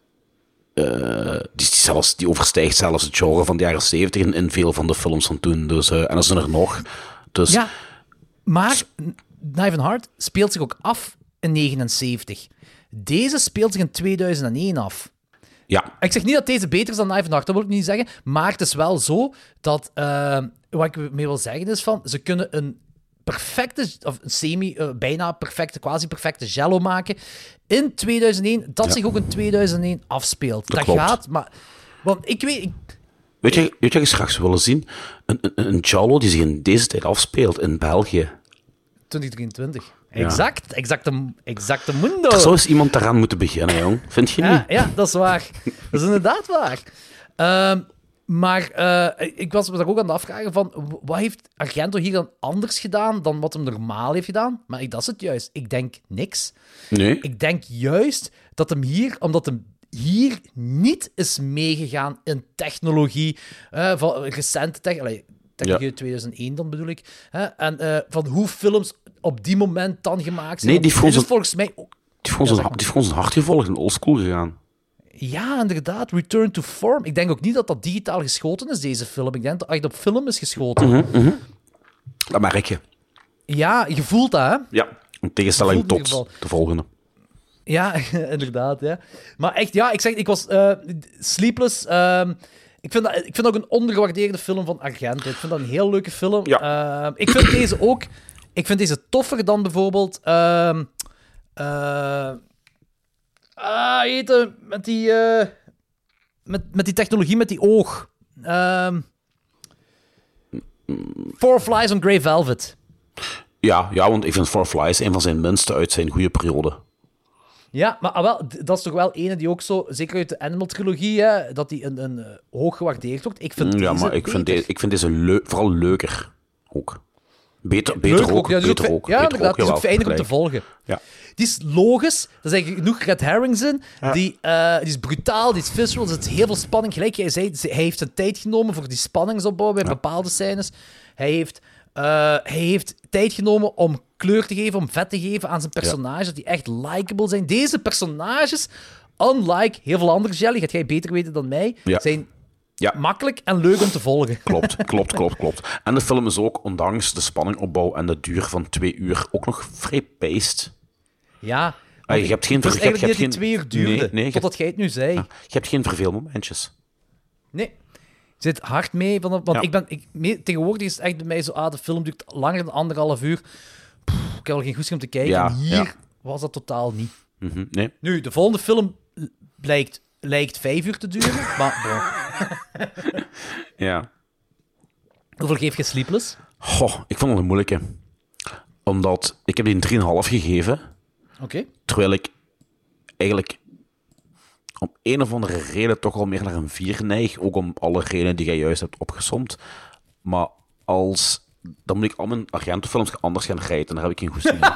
die overstijgt zelfs het genre van de jaren 70 in veel van de films van toen. Dus, en er zijn er nog. Dus, Ja, maar Knife and Heart speelt zich ook af in 79. Deze speelt zich in 2001 af. ja. Ik zeg niet dat deze beter is dan Knife and Heart, dat wil ik niet zeggen. Maar het is wel zo dat... wat ik mee wil zeggen is van... Ze kunnen een perfecte, of een bijna perfecte, quasi-perfecte Giallo maken in 2001, dat zich ook in 2001 afspeelt. Dat klopt. gaat, maar... Want ik weet... Weet je wat je straks willen zien? Een Giallo die zich in deze tijd afspeelt in België. 2023. Ja. Exacte mundo. Er zou eens iemand daaraan moeten beginnen, jong. Vind je niet? Ja, dat is waar. Dat is inderdaad waar. Maar ik was me daar ook aan het afvragen van... Wat heeft Argento hier dan anders gedaan dan wat hem normaal heeft gedaan? Maar dat is het juist. Ik denk niks. Nee. Ik denk juist dat hem hier... Omdat hem hier niet is meegegaan in technologie. Van recente technologie 2001 dan bedoel ik. En van hoe films op die moment dan gemaakt zijn. Nee, die Want dit is volgens mij... Die heeft gewoon zijn hart gevolgd en oldschool gegaan. Ja, inderdaad. Return to form. Ik denk ook niet dat dat digitaal geschoten is, deze film. Ik denk dat echt op film is geschoten. Dat merk je. Ja, je voelt dat, hè? Ja, in tegenstelling Voelt in ieder tot geval. de volgende. Ja, inderdaad. Ja. Maar echt, ja, ik was Sleepless. Ik vind ook een ondergewaardeerde film van Argento. Ik vind dat een heel leuke film. Ja. Ik vind deze ook... Ik vind deze toffer dan bijvoorbeeld... met die... met die technologie, met die oog. Four Flies on Grey Velvet. Ja, want ik vind Four Flies een van zijn minste uit zijn goede periode. Ja, maar wel, dat is toch wel ene die ook zo, zeker uit de Animal-trilogie, hè, dat die een hoog gewaardeerd wordt. Ik vind Ja, deze maar ik vind deze vooral leuker ook. Beter leuk ook. Ja, die is Beter ook, ook. ja, beter inderdaad, ook, die is ook jawel, fijner om te gelijk. volgen. Ja. Die is logisch, er zijn genoeg red herrings in. Ja. Die is brutaal, die is visceral, er zit heel veel spanning. Gelijk jij zei, hij heeft zijn tijd genomen voor die spanningsopbouw bij bepaalde scènes. Hij heeft tijd genomen om kleur te geven, om vet te geven aan zijn personages, die echt likable zijn. Deze personages, unlike heel veel andere Jelly, gaat jij beter weten dan mij, zijn makkelijk en leuk om te volgen. Klopt. En de film is ook, ondanks de spanningopbouw en de duur van 2 uur, ook nog vrij paced. Ja. Je hebt geen... Het is eigenlijk niet dat die 2 uur duurde, nee, totdat jij het nu zei. Je hebt geen verveelmomentjes. Nee. Je zit hard mee, want tegenwoordig is het echt bij mij zo, de film duurt langer dan 1,5 uur. Ik heb al geen goesting om te kijken. En hier was dat totaal niet. Nee. Nu, de volgende film lijkt 5 uur te duren, maar bon. Ja. Hoeveel geef je Sleepless? Ik vond het een moeilijke. Omdat ik heb die een 3,5 gegeven. Oké. Terwijl ik eigenlijk om een of andere reden toch al meer naar een 4 neig. Ook om alle redenen die jij juist hebt opgesomd. Maar dan moet ik al mijn Argento-films anders gaan rijden. En daar heb ik geen goesting in.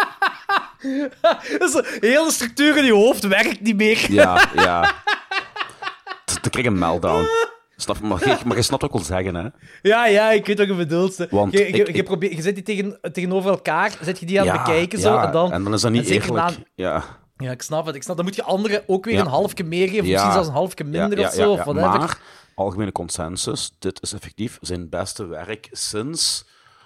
Dus de hele structuur in je hoofd werkt niet meer. Ja. Dan krijg ik een meltdown. Snap je? Maar je snapt wat ik wil zeggen, hè? Ja, ik weet wat je bedoelt. Want je zet die tegenover elkaar, zet je die aan het bekijken, zo, en dan is dat niet eerlijk. Ja, ik snap het. Dan moet je anderen ook weer een halfje meer geven, of misschien zelfs een halfje minder of zo. Of whatever. Maar, algemene consensus, dit is effectief zijn beste werk sinds...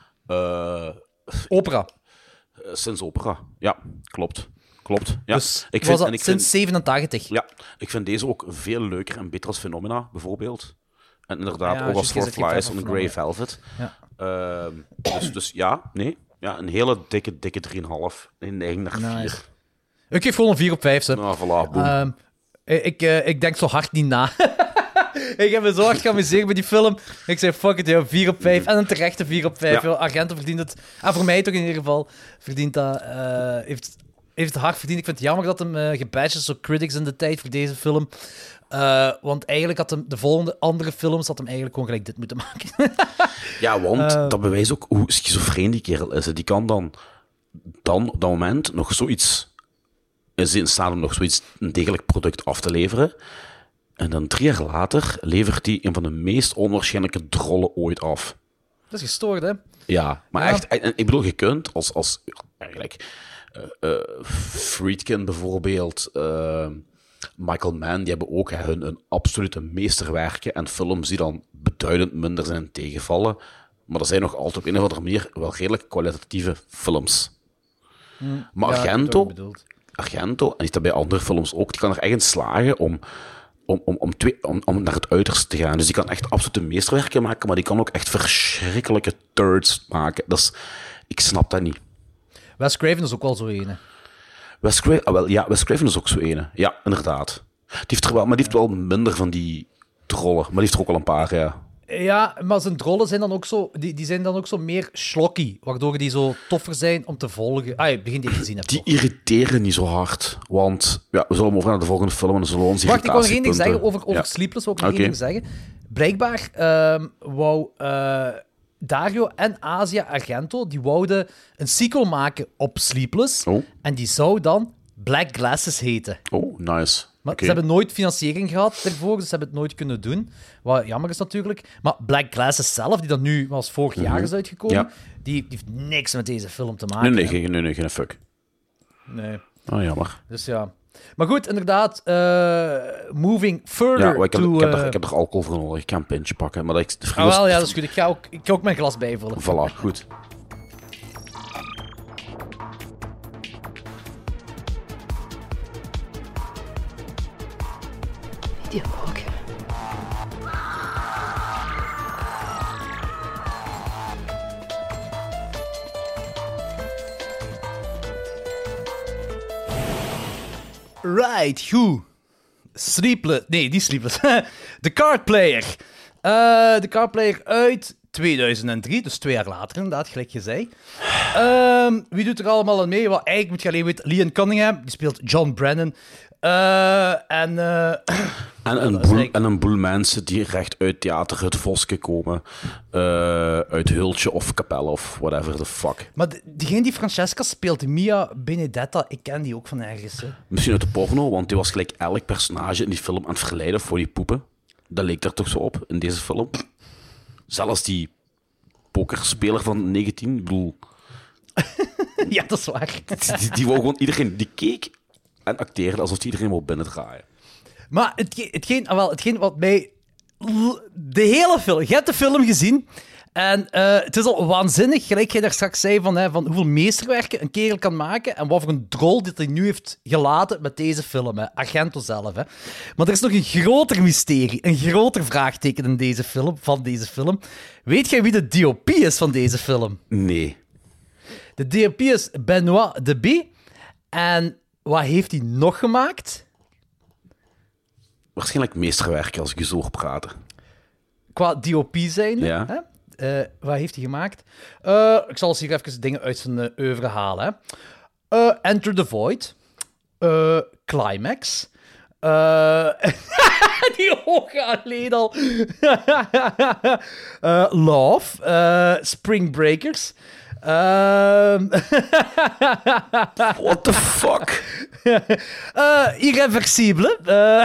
Opera. Sinds opera, ja, klopt. Ja. Dus sinds 87. Ja, ik vind deze ook veel leuker en beter als Phenomena, bijvoorbeeld. En inderdaad, Ja, ook als juist, Four je zegt Flies die on the Pfeffer Grey Velvet. Ja. Dus ja, nee. Ja, een hele dikke 3,5. Nee, neiging naar 4. Nice. Ik geef gewoon een 4 op 5. Hè. Nou, voilà, boom. Ik denk zo hard niet na. Ik heb me zo hard geamuseerd met die film. Ik zei, fuck it, ja, 4 op 5. En een terechte 4 op 5. Ja. Ja. Argento verdient het. Voor mij toch in ieder geval. Verdient dat. Heeft het hard verdiend. Ik vind het jammer dat hem gebashed is door critics in de tijd voor deze film. Want eigenlijk had hem de volgende andere films had hem eigenlijk gewoon gelijk dit moeten maken. Ja, want dat bewijst ook hoe schizofreen die kerel is. Hè. Die kan dan op dat moment nog zoiets... Is in staat om nog zoiets, een degelijk product af te leveren. En dan 3 jaar later levert hij een van de meest onwaarschijnlijke drollen ooit af. Dat is gestoord, hè? Ja, maar Ja. echt... En ik bedoel, je kunt als eigenlijk... Friedkin bijvoorbeeld... Michael Mann, die hebben ook hun absolute meesterwerken en films die dan beduidend minder zijn en tegenvallen. Maar er zijn nog altijd op een of andere manier wel redelijk kwalitatieve films. Maar Ja, ik heb het ook bedoeld. Argento, en is dat bij andere films ook, die kan er echt in slagen om naar het uiterste te gaan. Dus die kan echt absolute meesterwerken maken, maar die kan ook echt verschrikkelijke turds maken. Ik snap dat niet. Wes Craven is ook wel zo een. Hè. Wes Craven is ook zo ene. Ja, inderdaad. Die heeft wel minder van die trollen, maar die heeft er ook wel een paar, ja. Ja, maar zijn drollen zijn dan ook zo... Die zijn dan ook zo meer schlocky, waardoor die zo toffer zijn om te volgen. Je begint die gezien hebt. Die irriteren niet zo hard, want we zullen hem over naar de volgende film en dan zullen we onze Wacht, ik wil nog één ding zeggen irritatiepunten- over Ja. Sleepless. Wil ik nog Oké. één ding zeggen. Blijkbaar wou Dario en Asia Argento, die wouden een sequel maken op Sleepless. Oh. En die zou dan Black Glasses heten. Oh, nice. Maar Oké. ze hebben nooit financiering gehad daarvoor, dus ze hebben het nooit kunnen doen. Wat jammer is natuurlijk. Maar Black Glasses zelf, die dan nu was vorig jaar is uitgekomen, Ja. die heeft niks met deze film te maken. Nee, hè. geen fuck. Nee. Oh, jammer. Dus ja. Maar goed, inderdaad, moving further Ja, maar ik heb er alcohol voor nodig. Ik kan een pintje pakken, maar dat ik... wel, ja, dat is goed. Ik ga ook mijn glas bijvullen. Voilà, goed. Dialog. Right, who? Sleepless. Nee, niet Sleepless. The Card Player. The Card Player uit 2003, dus 2 jaar later inderdaad, gelijk je zei. Wie doet er allemaal aan mee? Wel, eigenlijk moet je alleen weten, Liam Cunningham, die speelt John Brennan. En een boel mensen die recht uit Theater Het Voske komen. Uit Hultje of Capelle of whatever the fuck. Maar diegene die Francesca speelt, Mia Benedetta, ik ken die ook van ergens. Hè. Misschien uit de porno, want die was gelijk elk personage in die film aan het verleiden voor die poepen. Dat leek er toch zo op, in deze film. Zelfs die pokerspeler van 19, ik bedoel... Ja, dat is waar. Die wou gewoon iedereen... Die keek en acteerde alsof iedereen wil binnendraaien. Maar hetgeen wat mij... De hele film... Je hebt de film gezien. En het is al waanzinnig, gelijk jij daar straks zei, van hoeveel meesterwerken een kerel kan maken en wat voor een drol dit hij nu heeft gelaten met deze film. Hè. Argento zelf. Hè. Maar er is nog een groter mysterie, een groter vraagteken in deze film, van deze film. Weet jij wie de DOP is van deze film? Nee. De DOP is Benoit Debie. En wat heeft hij nog gemaakt? Waarschijnlijk meesterwerken als ik je zo hoor praten. Qua DOP zijn. Ja. Hè? Wat heeft hij gemaakt? Ik zal eens hier even dingen uit zijn oeuvre halen. Hè. Enter the Void. Climax. Die ogen alleen al. Love. Spring Breakers. What the fuck? Irreversible.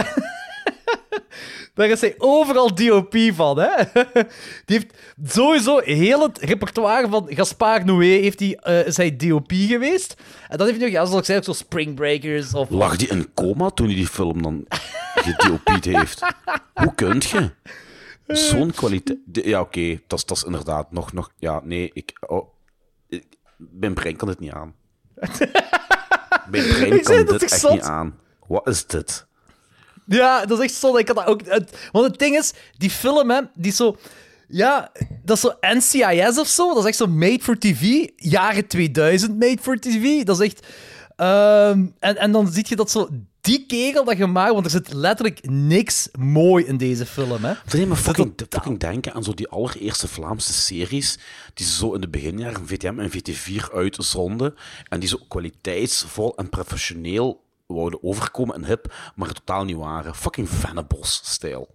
Daar is hij overal DOP van. Hè? Die heeft sowieso heel het repertoire van Gaspar Noé is hij DOP geweest. En dan heeft hij nog, zoals ik zei, ook zo Spring Breakers. Of... Lag die in coma toen hij die film dan gediopied heeft? Hoe kunt je? Zo'n kwaliteit... Ja, oké, dat is inderdaad nog... Ja, nee, mijn brein kan dit niet aan. Mijn brein kan dit echt niet aan. Wat is dit? Ja, dat is echt zonde. Ik had dat ook... Want het ding is, die film, hè, die is zo... Ja, dat is zo NCIS of zo. Dat is echt zo made for TV. Jaren 2000 made for TV. Dat is echt... En dan zie je dat zo... Die kegel dat je maakt, want er zit letterlijk niks mooi in deze film, hè. Doe je me fucking denken aan zo die allereerste Vlaamse series die ze zo in de beginjaren VTM en VT4 uitzonden en die zo kwaliteitsvol en professioneel wouden overkomen en hip, maar totaal niet waren. Fucking Venables-stijl.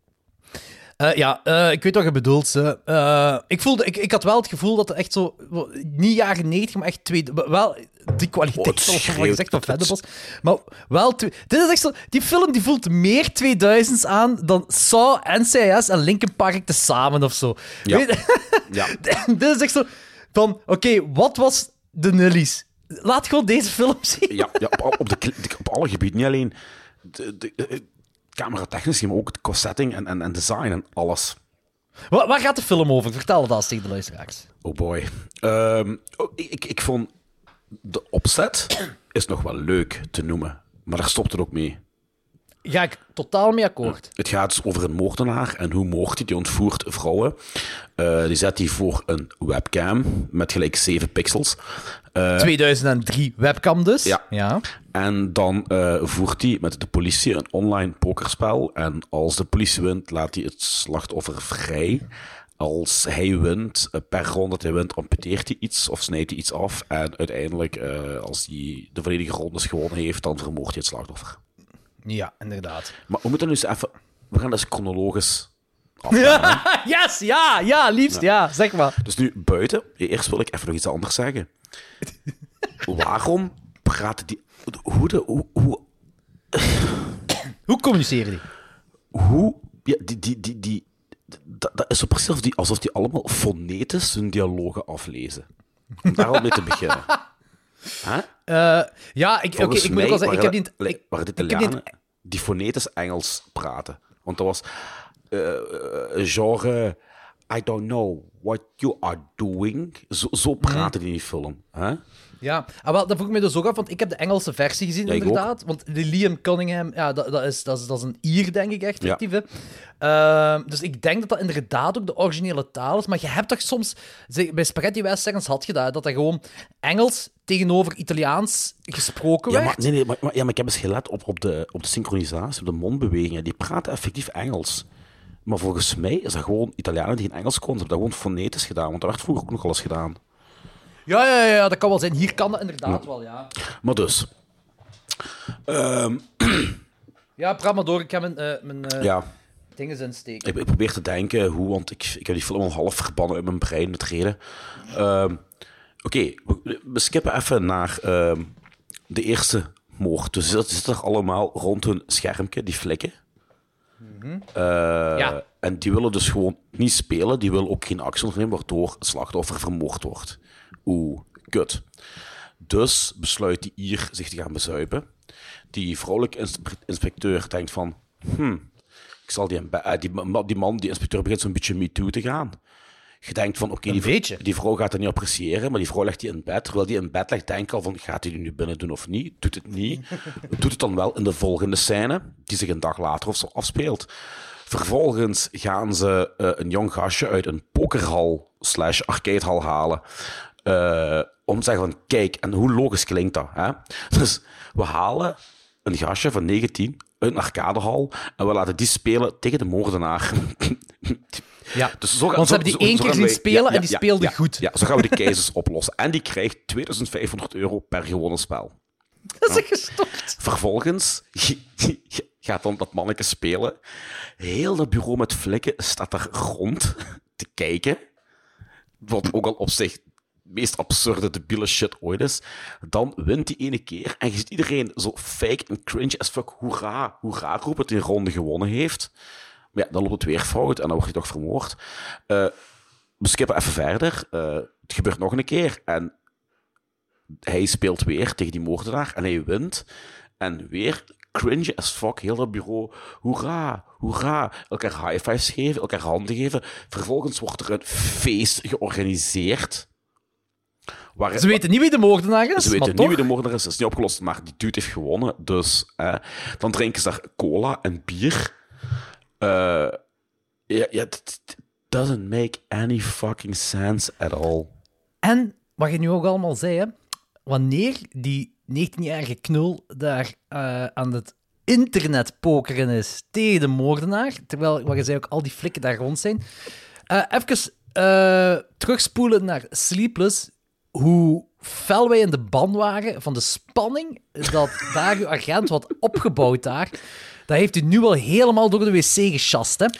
Ik weet wat je bedoelt. Ik had wel het gevoel dat het echt zo... Niet jaren 90, maar echt wel... Die kwaliteit, zoals je gezegd, van Venables. Maar wel... Dit is echt zo... Die film die voelt meer 2000's aan dan Saw, NCIS en Linkin Park tezamen of zo. Ja. Ja. Dit is echt zo... Van, oké, wat was de Nullies? Laat gewoon deze film zien. Ja, op alle gebieden. Niet alleen de cameratechnisch, maar ook de setting en design en alles. Waar gaat de film over? Vertel het als tegen de luisteraars. Oh boy. Ik vond... De opzet is nog wel leuk te noemen, maar daar stopt het ook mee. Ga ik totaal mee akkoord. Het gaat dus over een moordenaar en hoe moordt hij? Die ontvoert vrouwen. Die zet hij voor een webcam met gelijk 7 pixels. 2003 webcam dus. Ja. En dan voert hij met de politie een online pokerspel. En als de politie wint, laat hij het slachtoffer vrij. Als hij wint, per ronde dat hij wint, amputeert hij iets of snijdt hij iets af. En uiteindelijk, als hij de volledige rondes gewonnen heeft, dan vermoordt hij het slachtoffer. Ja, inderdaad. Maar we moeten dus even... We gaan dus chronologisch afgaan. Yes, ja, liefst, ja, zeg maar. Dus nu buiten, eerst wil ik even nog iets anders zeggen. Waarom praten die... Hoe communiceren die? Hoe... Ja, dat is zo precies alsof die allemaal fonetisch hun dialogen aflezen. Om daar al mee te beginnen. Ik moet ook wel zeggen, ik heb niet... Waar de Italianen die fonetisch Engels praten. Want dat was genre... I don't know what you are doing. Zo praten die in die film. Hè? Ja, wel, dat vroeg ik me dus ook af, want ik heb de Engelse versie gezien, inderdaad. Want de Liam Cunningham, ja, dat is een Ier, denk ik, echt, effectief. Dus ik denk dat dat inderdaad ook de originele taal is. Maar je hebt toch soms... Bij Spaghetti Westerns had je dat gewoon Engels tegenover Italiaans gesproken werd. Maar ik heb eens gelet op de synchronisatie, op de mondbewegingen. Die praten effectief Engels. Maar volgens mij is dat gewoon Italianen die geen Engels konden. Hebben dat gewoon fonetisch gedaan, want dat werd vroeger ook nog alles gedaan. Ja, dat kan wel zijn. Hier kan dat inderdaad wel, ja. Maar dus... Ja, praat maar door. Ik ga mijn dingen insteken. Ik probeer te denken hoe, want ik heb die film al half verbannen in mijn brein met reden. Oké, we skippen even naar de eerste moord. Dus ze zitten er allemaal rond hun schermpje, die flikken. En die willen dus gewoon niet spelen. Die willen ook geen actie ondernemen, waardoor het slachtoffer vermoord wordt. Kut. Dus besluit die Ier zich te gaan bezuipen. Die vrouwelijke inspecteur denkt van... ik zal die man, die inspecteur, begint zo'n beetje me too te gaan. Je denkt van, oké, die vrouw gaat het niet appreciëren, maar die vrouw legt die in bed. Terwijl die in bed ligt, denkt al van, gaat hij die nu binnen doen of niet? Doet het niet. Doet het dan wel in de volgende scène, die zich een dag later of zo afspeelt. Vervolgens gaan ze een jong gastje uit een pokerhal / arcadehal halen. Om te zeggen van, kijk, en hoe logisch klinkt dat? Hè? Dus we halen een gastje van 19 uit een arcadehal en we laten die spelen tegen de moordenaar. Ja, dus want ze hebben die 1 keer zien spelen en die speelde goed. Ja, zo gaan we de cases oplossen. En die krijgt €2500 per gewonnen spel. Dat is echt gestopt. Vervolgens gaat dan dat manneke spelen. Heel dat bureau met vlekken staat daar rond te kijken. Wat ook al op zich meest absurde, debiele shit ooit is. Dan wint die ene keer en je ziet iedereen zo fake en cringe as fuck hoera roepen dat hij een ronde gewonnen heeft. Maar ja, dan loopt het weer fout en dan wordt hij toch vermoord. We skippen even verder. Het gebeurt nog een keer en hij speelt weer tegen die moordenaar en hij wint. En weer cringe as fuck, heel dat bureau. Hoera. Elkaar high fives geven, elkaar handen geven. Vervolgens wordt er een feest georganiseerd Ze weten niet wie de moordenaar is, Ze weten maar niet toch. wie de moordenaar is. Het is niet opgelost, maar die dude heeft gewonnen. Dus dan drinken ze daar cola en bier. It doesn't make any fucking sense at all. En, wat je nu ook allemaal zei, hè, wanneer die 19-jarige knul daar aan het internetpokeren is tegen de moordenaar, terwijl, wat je zei, ook al die flikken daar rond zijn. Even terugspoelen naar Sleepless, hoe fel wij in de ban waren van de spanning dat daar uw agent had opgebouwd daar. Dat heeft u nu al helemaal door de wc gesjast, hè.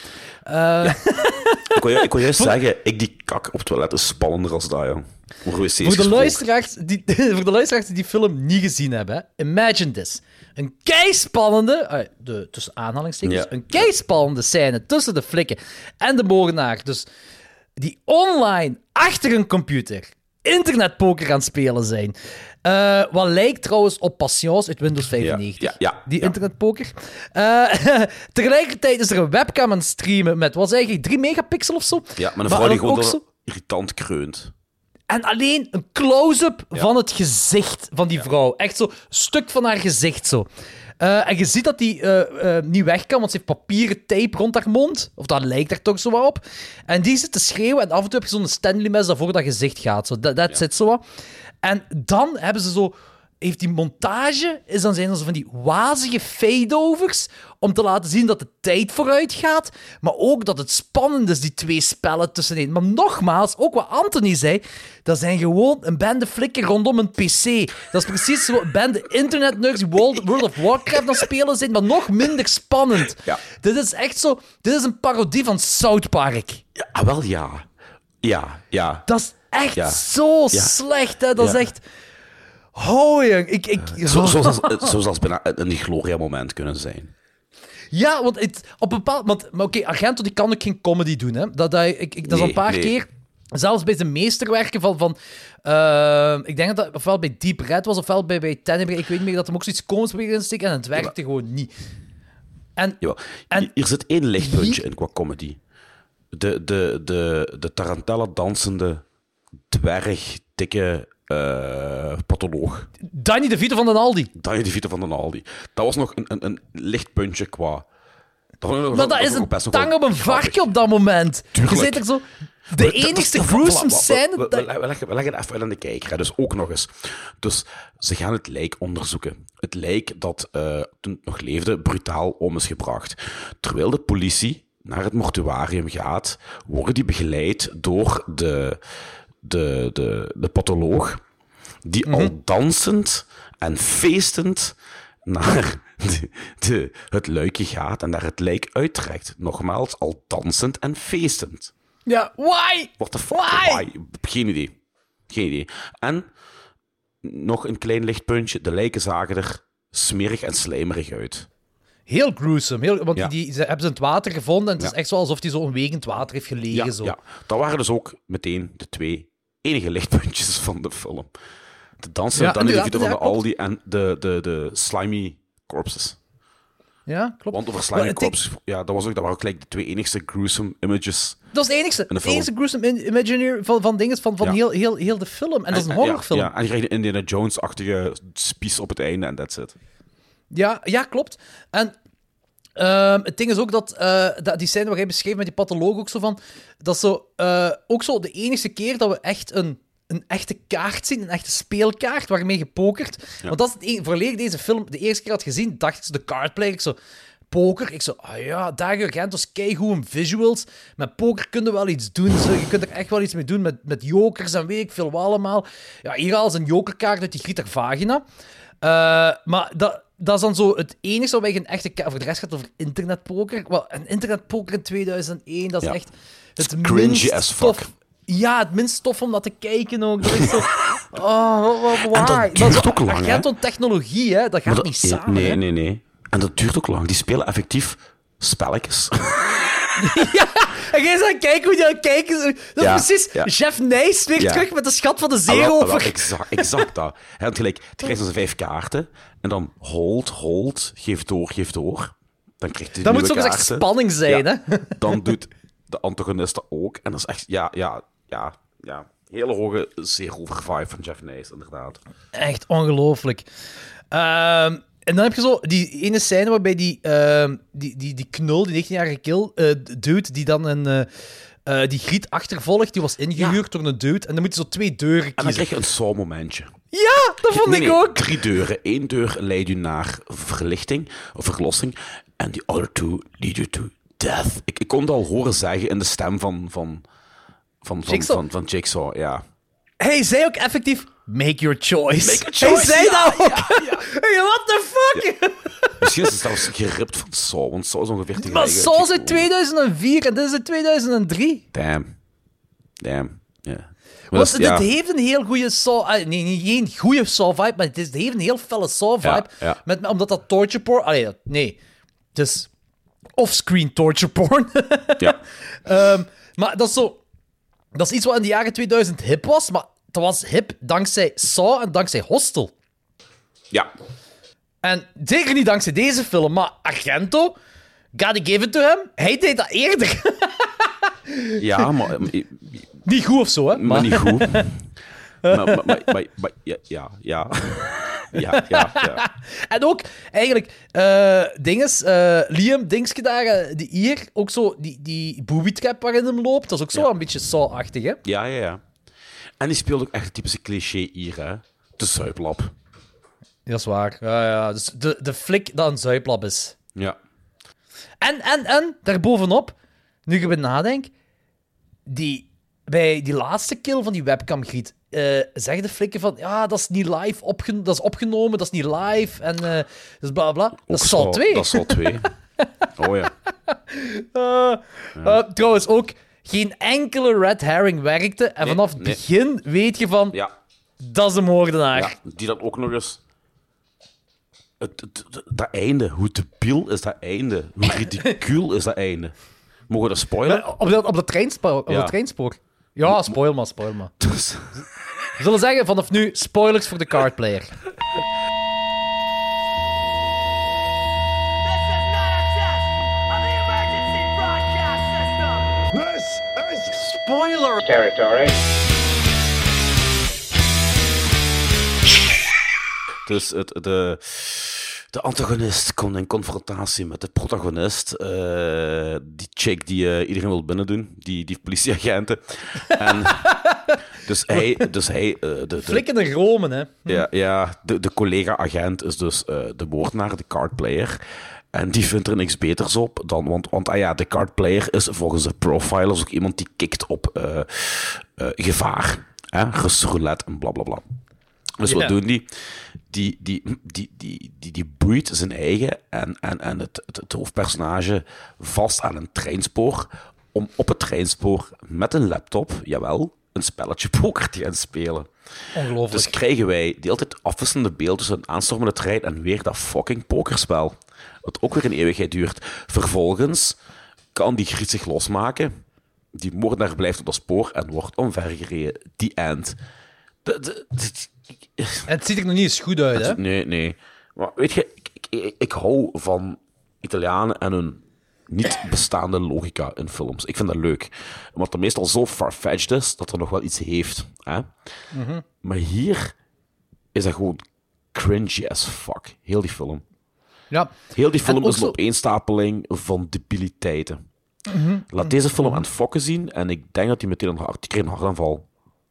Ik kon juist zeggen, die kak op het toilet is spannender als dat, ja. Voor de luisteraars die die film niet gezien hebben, hè, imagine this. Een keispannende, tussen aanhalingstekens, een keispannende scène tussen de flikken en de moordenaar. Dus die online, achter een computer, internetpoker gaan spelen zijn. Wat lijkt trouwens op Patience uit Windows 95. Die internetpoker. Tegelijkertijd is er een webcam aan het streamen met, wat zeg je, 3 megapixel of zo? Ja, maar een vrouw die gewoon zo... irritant kreunt. En alleen een close-up van het gezicht van die vrouw. Echt zo, stuk van haar gezicht zo. En je ziet dat die niet weg kan, want ze heeft papieren tape rond haar mond. Of dat lijkt er toch zo wat op. En die zit te schreeuwen en af en toe heb je zo'n Stanley-mes dat voor dat gezicht gaat. Dat zit zo wat. En dan hebben ze zo... Heeft die montage, dan zijn er zo van die wazige fade-overs om te laten zien dat de tijd vooruit gaat, maar ook dat het spannend is, die 2 spellen tussenin. Maar nogmaals, ook wat Anthony zei, dat zijn gewoon een bende flikken rondom een PC. Dat is precies zo een bende internetnerds die World of Warcraft aan het spelen zijn, maar nog minder spannend. Ja. Dit is echt zo... Dit is een parodie van South Park. Ja, wel ja. Ja. Dat is echt zo slecht, hè. Dat is echt... Oh, jong. Zoals bijna een Gloria-moment kunnen zijn. Ja, want op een bepaald... Maar oké, Argento die kan ook geen comedy doen, hè. Dat is al een paar keer... Zelfs bij zijn meesterwerken van ik denk dat dat ofwel bij Deep Red was, ofwel bij Tenebrae. Ik weet niet meer dat hem ook zoiets komisch probeerde in te steken en het werkte gewoon niet. En hier zit 1 lichtpuntje in qua comedy. De tarantella dansende dwerg, dikke patholoog. Danny DeVito van den Aldi. Dat was nog een lichtpuntje qua... Maar dat is een tang op een varkje op dat moment. Tuurlijk. Je zit er zo... De enigste gruesome scène... We leggen even uit aan de kijker. Hè. Dus ook nog eens. Dus ze gaan het lijk onderzoeken. Het lijk dat toen het nog leefde, brutaal om is gebracht. Terwijl de politie naar het mortuarium gaat, worden die begeleid door de patholoog, die al dansend en feestend naar het luikje gaat en daar het lijk uittrekt. Nogmaals, al dansend en feestend. Ja, why? What the fuck? Why? Geen idee. En nog een klein lichtpuntje. De lijken zagen er smerig en slijmerig uit. Heel gruesome. Want ze hebben ze in het water gevonden en het is echt zo alsof hij zo een week in het water heeft gelegen. Zo. Ja, dat waren dus ook meteen de 2 enige lichtpuntjes van de film. De dansen Danny DeVito van de Aldi en de slimy corpses. Ja, klopt. Want over slimy corpses, dat waren ook gelijk de 2 enigste gruesome images. Dat is de enigste. De enigste gruesome imagery van dingen van heel de film. En dat is een horrorfilm. Ja, en je krijgt een Indiana Jones-achtige spies op het einde en that's it. Ja, klopt. En het ding is ook dat die scène waar jij beschreef met die patholoog ook zo van... Dat is zo, ook zo de enige keer dat we echt een echte kaart zien, een echte speelkaart waarmee gepokerd. Ja. Want dat is vooraleer deze film de eerste keer had gezien, dacht ik zo, de cardplayer, ik zo... Poker, ik zo, Dario Argento is keigoed visuals. Met poker kun je wel iets doen. Zo. Je kunt er echt wel iets mee doen met jokers en weet ik veel wat allemaal. Ja, hier al is een jokerkaart uit die Grieter Vagina. Maar dat is dan zo het enige wat wij geen echte kaart... Voor de rest gaat het over internetpoker. Wel, een internetpoker in 2001, dat is echt het cringy as fuck. Ja, het minst tof om dat te kijken ook. Dat is zo... why? En dat duurt ook lang, hè? Argento technologie, hè. Dat gaat niet samen. Nee. En dat duurt ook lang. Die spelen effectief spelletjes. Ja, en jij zou kijken hoe die aan het kijken is. Dat is precies Chef Nijs weer terug met de schat van de zeerover. Exact dat. Hij had gelijk, dan krijgt ze 5 kaarten. En dan hold, geef door. Dan krijgt hij dat nieuwe moet zo gezegd spanning zijn, hè? Dan doet de antagonist dat ook. En dat is echt, ja. hele hoge zeerover vibe van Jeff Nice, inderdaad. Echt ongelooflijk. En dan heb je zo die ene scène waarbij die knul, die 19-jarige dude, die dan die griet achtervolgt, die was ingehuurd door een dude. En dan moet je zo 2 deuren kiezen. En dan krijg je een Saw-momentje. Ja, dat vond ik ook. 3 deuren. 1 deur leidt u naar verlichting of verlossing. En the other 2 lead you to death. Ik kon het al horen zeggen in de stem van Jigsaw, ja. Hij zei ook effectief, make your choice. Make a choice. Hij zei dat ook. Ja. Hey, what the fuck? Ja. Misschien is het zelfs geript van Saw, want Saw is ongeveer tegen Maar Saw is in 2004 en dit is in 2003. Damn. Ja. Want dit heeft een heel goede Saw... nee, geen goede Saw-vibe, maar het heeft een heel felle Saw-vibe. Ja. Omdat dat torture porn... Nee, het is off-screen torture porn. Ja. Maar dat is zo... Dat is iets wat in de jaren 2000 hip was, maar dat was hip dankzij Saw en dankzij Hostel. Ja. En zeker niet dankzij deze film, maar Argento, gotta give it to him, hij deed dat eerder. Ja, maar... Niet goed of zo, hè? Maar niet goed. maar ja. En ook, eigenlijk, Liam Dingske daar, die hier, ook zo, die booby trap waarin hem loopt, dat is ook zo een beetje Saw-achtig, hè? Ja. En die speelt ook echt het typische cliché hier, hè. De zuiplap. Dat is waar. Ja. Dus de flik dat een zuiplap is. Ja. En, daarbovenop, nu ik erbij nadenk, bij die laatste kill van die webcam-griet, zeggen de flikken van, ja, dat is niet live dat is opgenomen, dat is niet live, en dus bla bla. Dat is Saw 2. Dat is Saw 2. Oh ja. Trouwens ook, geen enkele red herring werkte, en vanaf het begin weet je van, dat is de moordenaar. Ja, die dan ook nog eens... Dat einde, hoe debiel is dat einde? Hoe ridicuul is dat einde? Mogen we dat spoilen? Op dat treinspoor. Ja, spoil maar. Dus... We zullen zeggen, vanaf nu, spoilers voor de cardplayer. This is not a test of the emergency broadcast system. This is Spoiler territory. Dus de antagonist komt in confrontatie met de protagonist. Die chick die iedereen wil binnendoen. Die politieagenten. En dus hij Flikken de Romen, hè. Ja, de collega-agent is dus de moordenaar, de cardplayer. En die vindt er niks beters op dan... Want de cardplayer is volgens de profilers ook iemand die kikt op gevaar. Russische roulette en blablabla. Dus wat doen die? Die boeit zijn eigen en het hoofdpersonage vast aan een treinspoor om op het treinspoor met een laptop, jawel, een spelletje poker te gaan spelen. Ongelooflijk. Dus krijgen wij die altijd afwisselende beelden tussen een aanstormende trein en weer dat fucking pokerspel. Wat ook weer een eeuwigheid duurt. Vervolgens kan die griet zich losmaken. Die moordenaar blijft op dat spoor en wordt omvergereden. The end. Het ziet er nog niet eens goed uit, hè? Nee. Maar weet je, ik hou van Italianen en hun niet bestaande logica in films. Ik vind dat leuk. Omdat het meestal zo far-fetched is, dat er nog wel iets heeft. Hè? Mm-hmm. Maar hier is dat gewoon cringy as fuck. Heel die film. Ja. Heel die film is zo... een opeenstapeling van debiliteiten. Mm-hmm. Laat deze film aan het fokken zien en ik denk dat hij meteen die kreeg een hartaanval.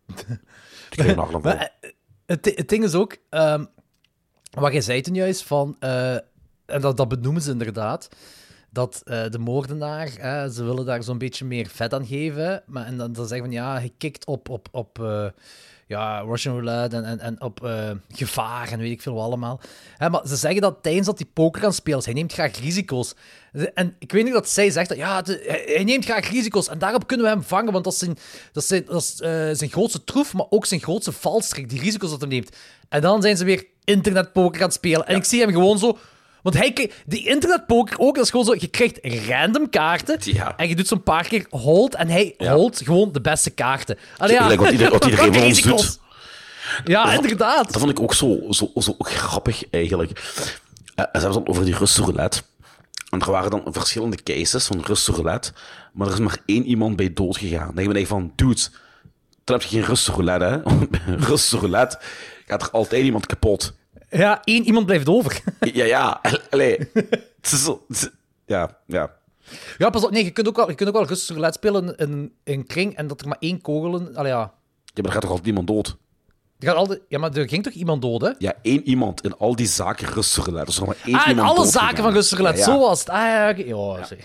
Het ding is ook, wat jij zei toen juist, van, en dat benoemen ze inderdaad, dat de moordenaar, ze willen daar zo'n beetje meer vet aan geven, maar, en dan zeggen van, ja, hij kikt op Russian roulette en op gevaar en weet ik veel wat allemaal. Maar ze zeggen dat tijdens dat hij poker aan speelt, hij neemt graag risico's. En ik weet niet dat zij zegt dat hij neemt graag risico's en daarop kunnen we hem vangen, want dat is zijn grootste troef, maar ook zijn grootste valstrik, die risico's dat hij neemt. En dan zijn ze weer internetpoker aan het spelen. En ik zie hem gewoon zo... Want die internetpoker ook, dat is gewoon zo... Je krijgt random kaarten en je doet zo'n paar keer hold en hij holdt gewoon de beste kaarten. Wat iedereen van ons doet. Ja, inderdaad. Dat vond ik ook zo grappig, eigenlijk. Ze hebben het over die Russische roulette. En er waren dan verschillende cases van Russische roulette. Maar er is maar 1 iemand bij dood gegaan. Dan denk ik van, dude, Dan heb je geen rustige roulette, hè. Rustige roulette gaat er altijd iemand kapot. Ja, iemand blijft over. Ja. Allee. Het is zo... Ja. Ja, pas op. Nee, je kunt ook wel rustig roulette spelen in een kring en dat er maar 1 kogel in... Allee, ja. Ja, maar er gaat toch altijd iemand dood? Er gaat altijd... Ja, maar er ging toch iemand dood, hè? Ja, 1 iemand in al die zaken rustig roulette. Dus er is nog maar 1 in iemand alle dood zaken gegaan. van rustig roulette. Ja. Zo was het. Ja, oké. Ja, zeg.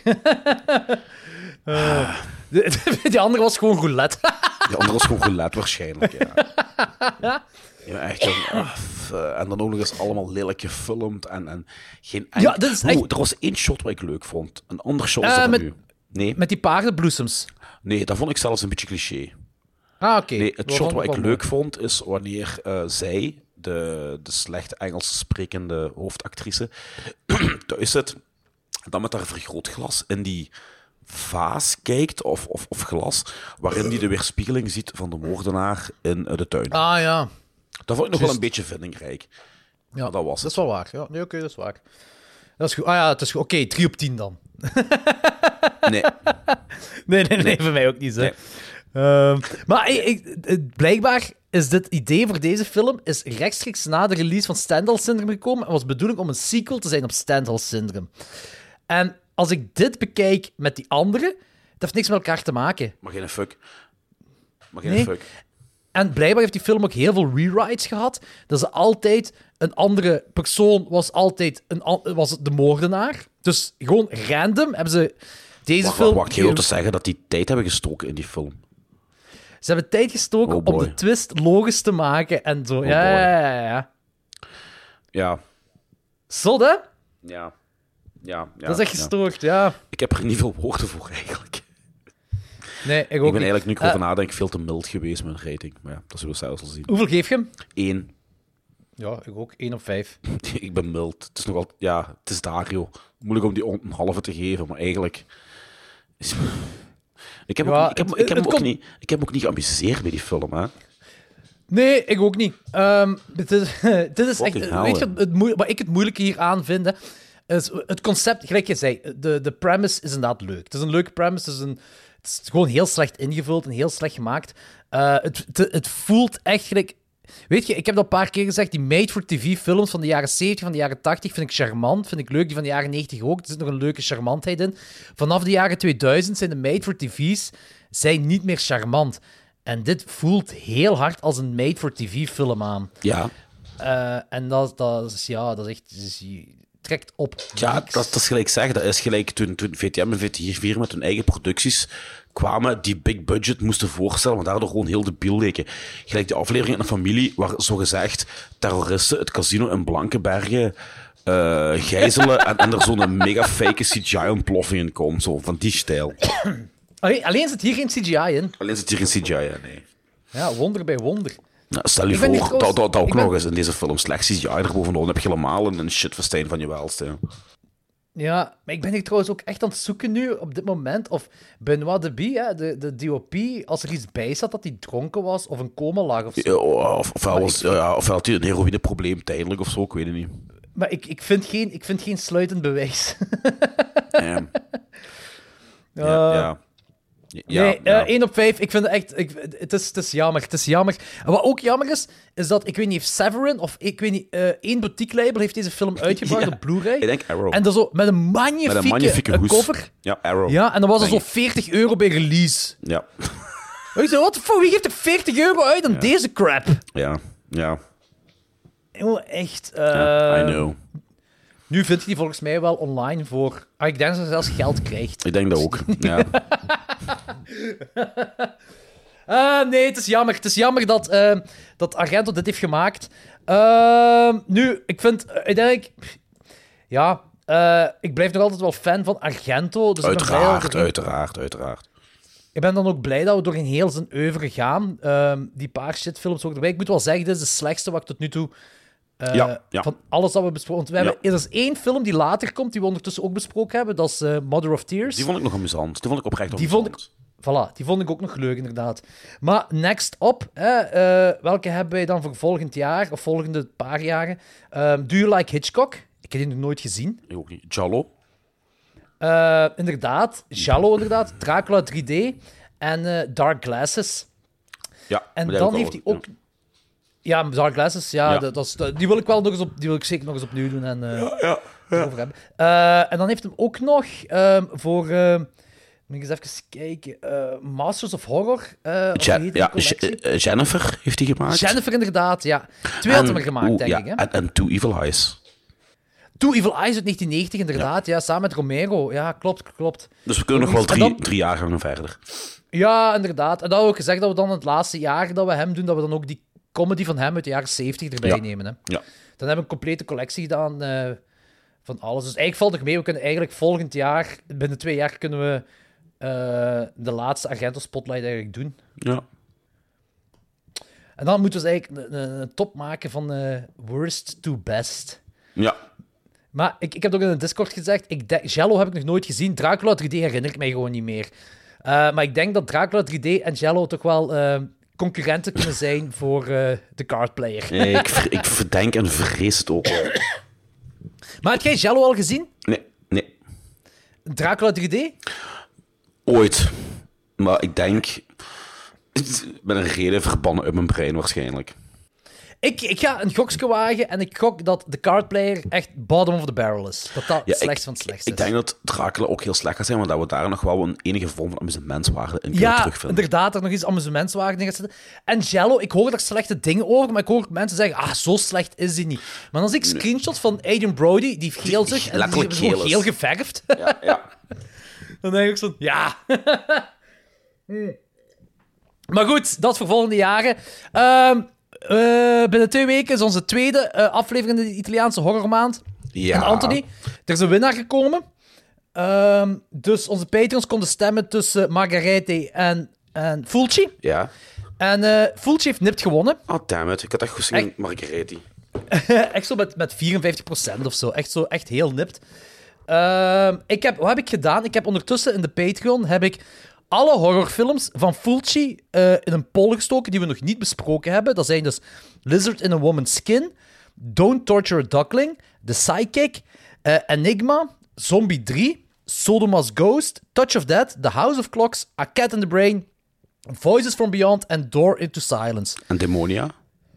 Die andere was gewoon roulette. Die andere was gewoon roulette waarschijnlijk, ja. Ja, echt, en dan ook nog eens allemaal lelijk gefilmd en geen Ja, dit is echt... er was 1 shot wat ik leuk vond. Een ander shot is dat met- nu. Nee, Met die paardenbloesems. nee, dat vond ik zelfs een beetje cliché. Ah, oké. Nee, het Dat shot vond wat ik wel leuk vond, is wanneer zij, de slecht Engels sprekende hoofdactrice, thuis zit, dan met haar vergrootglas in die vaas kijkt, of glas, waarin die de weerspiegeling ziet van de moordenaar in de tuin. mooi. Ah, ja. Dat vond ik nog wel een beetje vindingrijk. Ja, Maar dat was Dat het. is wel waar. Ja, nee, oké, dat is waar. Dat is goed. Ah ja, het is goed. Oké, 3 op 10 dan. Nee. Nee, voor mij ook niet, hè. Nee. Maar blijkbaar is dit idee voor deze film is rechtstreeks na de release van Stendhal Syndrome gekomen en was de bedoeling om een sequel te zijn op Stendhal Syndrome. En als ik dit bekijk met die andere, dat heeft niks met elkaar te maken. Maar geen fuck. Nee. En blijkbaar heeft die film ook heel veel rewrites gehad. Dat ze altijd een andere persoon was de moordenaar. Dus gewoon random hebben ze deze film... Wacht, je wilt dus zeggen dat die tijd hebben gestoken in die film? Ze hebben tijd gestoken Oh boy. om de twist logisch te maken en zo. boy. Ja. Ja. Zot, hè? Ja. Dat is echt gestoord, ja. Ik heb er niet veel woorden voor, eigenlijk. Nee, ik ook Ik ben niet. eigenlijk, nu ik erover nadenk, veel te mild geweest met een rating. Maar ja, dat zullen we zelfs wel zien. Hoeveel geef je hem? 1. Ja, ik ook. 1 op 5. Ik ben mild. Het is nog altijd... Ja, het is Dario. Moeilijk om die een halve te geven, maar eigenlijk... Ik heb hem ook niet geamuseerd bij die film, hè. Nee, ik ook niet. Dit is echt... Fucking hell, Weet je, wat ik het moeilijke hier aan vind, hè, is het concept, gelijk je zei, de premise is inderdaad leuk. Het is een leuke premise, het is gewoon heel slecht ingevuld en heel slecht gemaakt. Het voelt echt gelijk... Weet je, ik heb dat een paar keer gezegd, die made-for-TV-films van de jaren 70, van de jaren 80 vind ik charmant, vind ik leuk. Die van de jaren 90 ook, er zit nog een leuke charmantheid in. Vanaf de jaren 2000 zijn de made-for-TV's niet meer charmant. En dit voelt heel hard als een made-for-TV-film aan. Ja. En dat is echt... trekt op. Ja, dat is gelijk zeggen. Dat is gelijk toen VTM en VT4 met hun eigen producties kwamen, die big budget moesten voorstellen, maar daardoor gewoon heel debiel leken. Gelijk die aflevering in een familie waar zogezegd terroristen het casino in Blankenbergen gijzelen en er zo'n mega fake CGI-ontploffing in komt. Zo, van die stijl. Alleen zit hier geen CGI in. Alleen zit hier een CGI in, nee. Ja, wonder bij wonder. Nou, stel je Ik ben niet voor trouwens- dat ook ik ben- nog eens in deze film slecht CGI erbovenop. Dan heb je helemaal een shitfestijn van je welste. Ja, maar ik ben hier trouwens ook echt aan het zoeken nu, op dit moment, of Benoit Debie, hè, de DOP, als er iets bij zat dat hij dronken was, of een coma lag of zo. Ja, ofwel had hij een heroïneprobleem tijdelijk of zo, ik weet het niet. Maar ik vind geen sluitend bewijs. Ja. Nee, 1 op 5. Ik vind het echt... Het is jammer. Het is jammer. En wat ook jammer is dat... Ik weet niet, heeft Severin of... Ik weet niet... één boutique-label heeft deze film uitgebracht Ja, op Blu-ray. ik denk Arrow. En dat zo met een magnifieke hoes. cover. Ja, Arrow. Ja, en dan was er zo Denk ik. €40 bij release. Ja. Ik zei, what the fuck? Wie geeft er €40 uit aan deze crap? Ja. Oh, echt. I know. Nu vind je die volgens mij wel online voor... ik denk dat ze zelfs geld krijgt. Ik denk dat ook. Ja. Nee, het is jammer. Het is jammer dat Argento dit heeft gemaakt. Nu, ik vind uiteindelijk... Ja, ik blijf nog altijd wel fan van Argento. Dus Uiteraard. Ik ben dan ook blij dat we door een heel zijn oeuvre gaan. Die paar shitfilms ook erbij. Ik moet wel zeggen, dit is de slechtste wat ik tot nu toe... Ja. Van alles dat we besproken hebben. Er is één film die later komt, die we ondertussen ook besproken hebben. Dat is Mother of Tears. Die vond ik nog amusant. Die vond ik oprecht Die amusant. die vond ik ook nog leuk, inderdaad. Maar next up, welke hebben wij dan voor volgend jaar, of volgende paar jaren? Do You Like Hitchcock? Ik heb die nog nooit gezien. Ik ook niet. Giallo. Inderdaad, Giallo inderdaad, Dracula 3D en Dark Glasses. Ja, En maar die dan heb ik heeft al- hij ook... Ja, Dark Glasses, ja. Ja. Die wil ik wel nog eens die wil ik zeker nog eens opnieuw doen en over hebben. En dan heeft hem ook nog voor... moet ik eens even kijken. Masters of Horror. of hoe heet die collectie? Jennifer heeft hij gemaakt. Jennifer, inderdaad, ja. 2 had hem er gemaakt, denk ik. Hè? En Two Evil Eyes. Two Evil Eyes uit 1990, inderdaad. Ja, samen met Romero. Ja, klopt. Dus we kunnen nog wel En dan- 3 jaar gaan verder. Ja, inderdaad. En dat had ook gezegd dat we dan het laatste jaar dat we hem doen, dat we dan ook die comedy van hem uit de jaren 70 erbij Ja. nemen. Hè. Ja. Dan hebben we een complete collectie gedaan van alles. Dus eigenlijk valt het mee. We kunnen eigenlijk volgend jaar, binnen 2 jaar, kunnen we de laatste Argento Spotlight eigenlijk doen. Ja. En dan moeten we dus eigenlijk een top maken van worst to best. Ja. Maar ik heb het ook in de Discord gezegd, Jello heb ik nog nooit gezien. Dracula 3D herinner ik mij gewoon niet meer. Maar ik denk dat Dracula 3D en Jello toch wel concurrenten kunnen zijn voor de cardplayer. Nee, ik verdenk en vrees het ook wel. Maar heb jij Jello al gezien? Nee. Dracula 3D? Ooit. Maar ik denk... met een reden verbannen uit mijn brein waarschijnlijk. Ik ga een gokje wagen en ik gok dat de cardplayer echt bottom of the barrel is. Dat het slechtst van het slechtste Ik denk dat Dracula ook heel slecht gaat zijn, maar dat we daar nog wel een enige vorm van amusementswaarde in kunnen Ja, terugvinden. inderdaad, er nog iets amusementswaardig in gaat zitten. En Jello, ik hoor daar slechte dingen over, maar ik hoor mensen zeggen, zo slecht is die niet. Maar als ik screenshots van Adrian Brody, die geel zich, en die letterlijk is gewoon geel is. geel geverfd, Ja. dan denk ik zo, ja. Maar goed, dat voor volgende jaren. Binnen 2 weken is onze tweede aflevering in de Italiaanse horrormaand. Ja. En Anthony, er is een winnaar gekomen. Dus onze Patreons konden stemmen tussen Margarete en Fulci. Ja. En Fulci heeft nipt gewonnen. Oh, damn it. Ik had echt gezien Margaretti. Echt zo met 54% of zo. Echt heel nipt. Wat heb ik gedaan? Ik heb ondertussen in de Patreon alle horrorfilms van Fulci in een poll gestoken die we nog niet besproken hebben. Dat zijn dus Lizard in a Woman's Skin, Don't Torture a Duckling, The Psychic, Enigma, Zombie 3, Sodoma's Ghost, Touch of Death, The House of Clocks, A Cat in the Brain, Voices from Beyond en Door into Silence. En Demonia?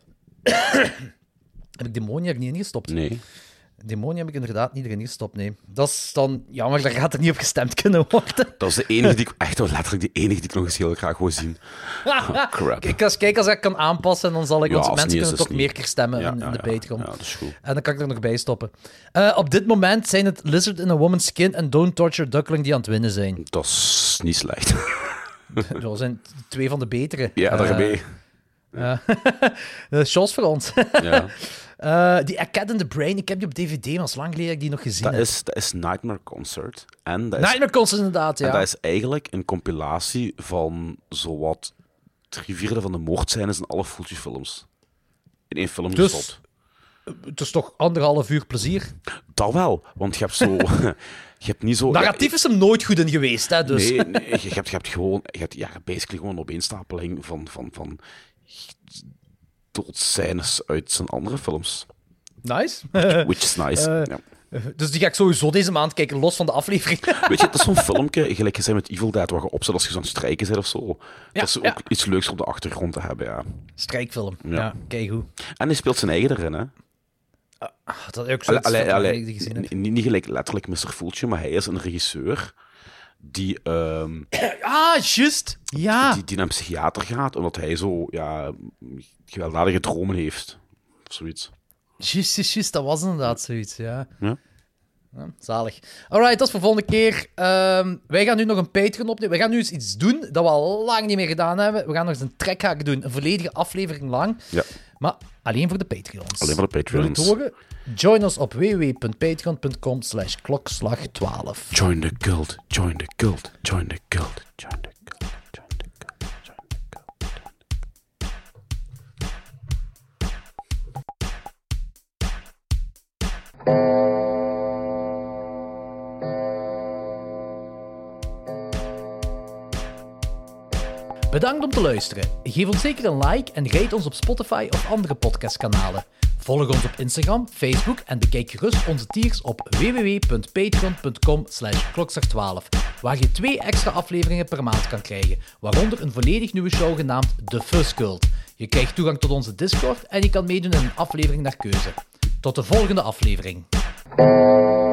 Heb ik Demonia er niet ingestopt? Nee. Demonia heb ik inderdaad niet erin gestopt, nee. Dat is dan jammer, daar gaat er niet op gestemd kunnen worden. Dat is de enige die ik... Echt wel letterlijk de enige die ik nog eens heel graag wil zien. Oh, crap. Ik ga eens kijken als ik kan aanpassen, dan zal ik... Ja, want als mensen niet is, kunnen is toch niet. meer keer stemmen Ja, in de Patreon. Ja, dat is goed. En dan kan ik er nog bij stoppen. Op dit moment zijn het Lizard in a Woman's Skin en Don't Torture Duckling die aan het winnen zijn. Dat is niet slecht. Dat zijn 2 van de betere. Ja, daar ben je. Shows voor ons. Ja. Die A Cat in the Brain, ik heb die op DVD, maar het is lang geleden dat ik die nog gezien heb. Dat is Nightmare Concert. En dat is, Nightmare Concert, inderdaad, ja. en dat is eigenlijk een compilatie van zowat 3/4 van de moordscènes in alle Fulci-films. In 1 film Dus- gestopt. Het is toch 1,5 uur plezier. Dat wel, want je hebt zo... je hebt niet zo... Narratief is hem nooit goed in geweest, hè, dus. Nee, je hebt gewoon... Je hebt basically gewoon een opeenstapeling van doodscènes uit zijn andere films. Nice. Which is nice. Ja. Dus die ga ik sowieso deze maand kijken, los van de aflevering. Weet je, dat is zo'n filmpje, gelijk je zei met Evil Dead, waar je opzet als je zo'n strijken bent of zo. Ja, dat is ook ja. iets leuks op de achtergrond te hebben, ja. Strijkfilm. Ja. Ja, kijk hoe. En hij speelt zijn eigen erin, hè. Dat heb ik zo Allee, gezien heb. niet gelijk letterlijk Mr. Fulci, maar hij is een regisseur die Juist. Ja. die naar een psychiater gaat, omdat hij zo, gewelddadige dromen heeft. Of zoiets. Juist. Dat was inderdaad zoiets, ja. Ja. Ja, zalig. Alright, dat is voor volgende keer. Wij gaan nu nog een Patreon opnemen. We gaan nu eens iets doen dat we al lang niet meer gedaan hebben. We gaan nog eens een trekhaak doen. Een volledige aflevering lang. Ja. Maar alleen voor de Patreons. Alleen voor de Patreons. Wil je het horen? Join ons op www.patreon.com/klokslag12. Join the cult, join the cult, join the cult, join the cult, join the cult, join the cult. Bedankt om te luisteren. Geef ons zeker een like en rate ons op Spotify of andere podcastkanalen. Volg ons op Instagram, Facebook en bekijk gerust onze tiers op www.patreon.com/klokslag12. waar je 2 extra afleveringen per maand kan krijgen, waaronder een volledig nieuwe show genaamd The Fuzz Cult. Je krijgt toegang tot onze Discord en je kan meedoen in een aflevering naar keuze. Tot de volgende aflevering.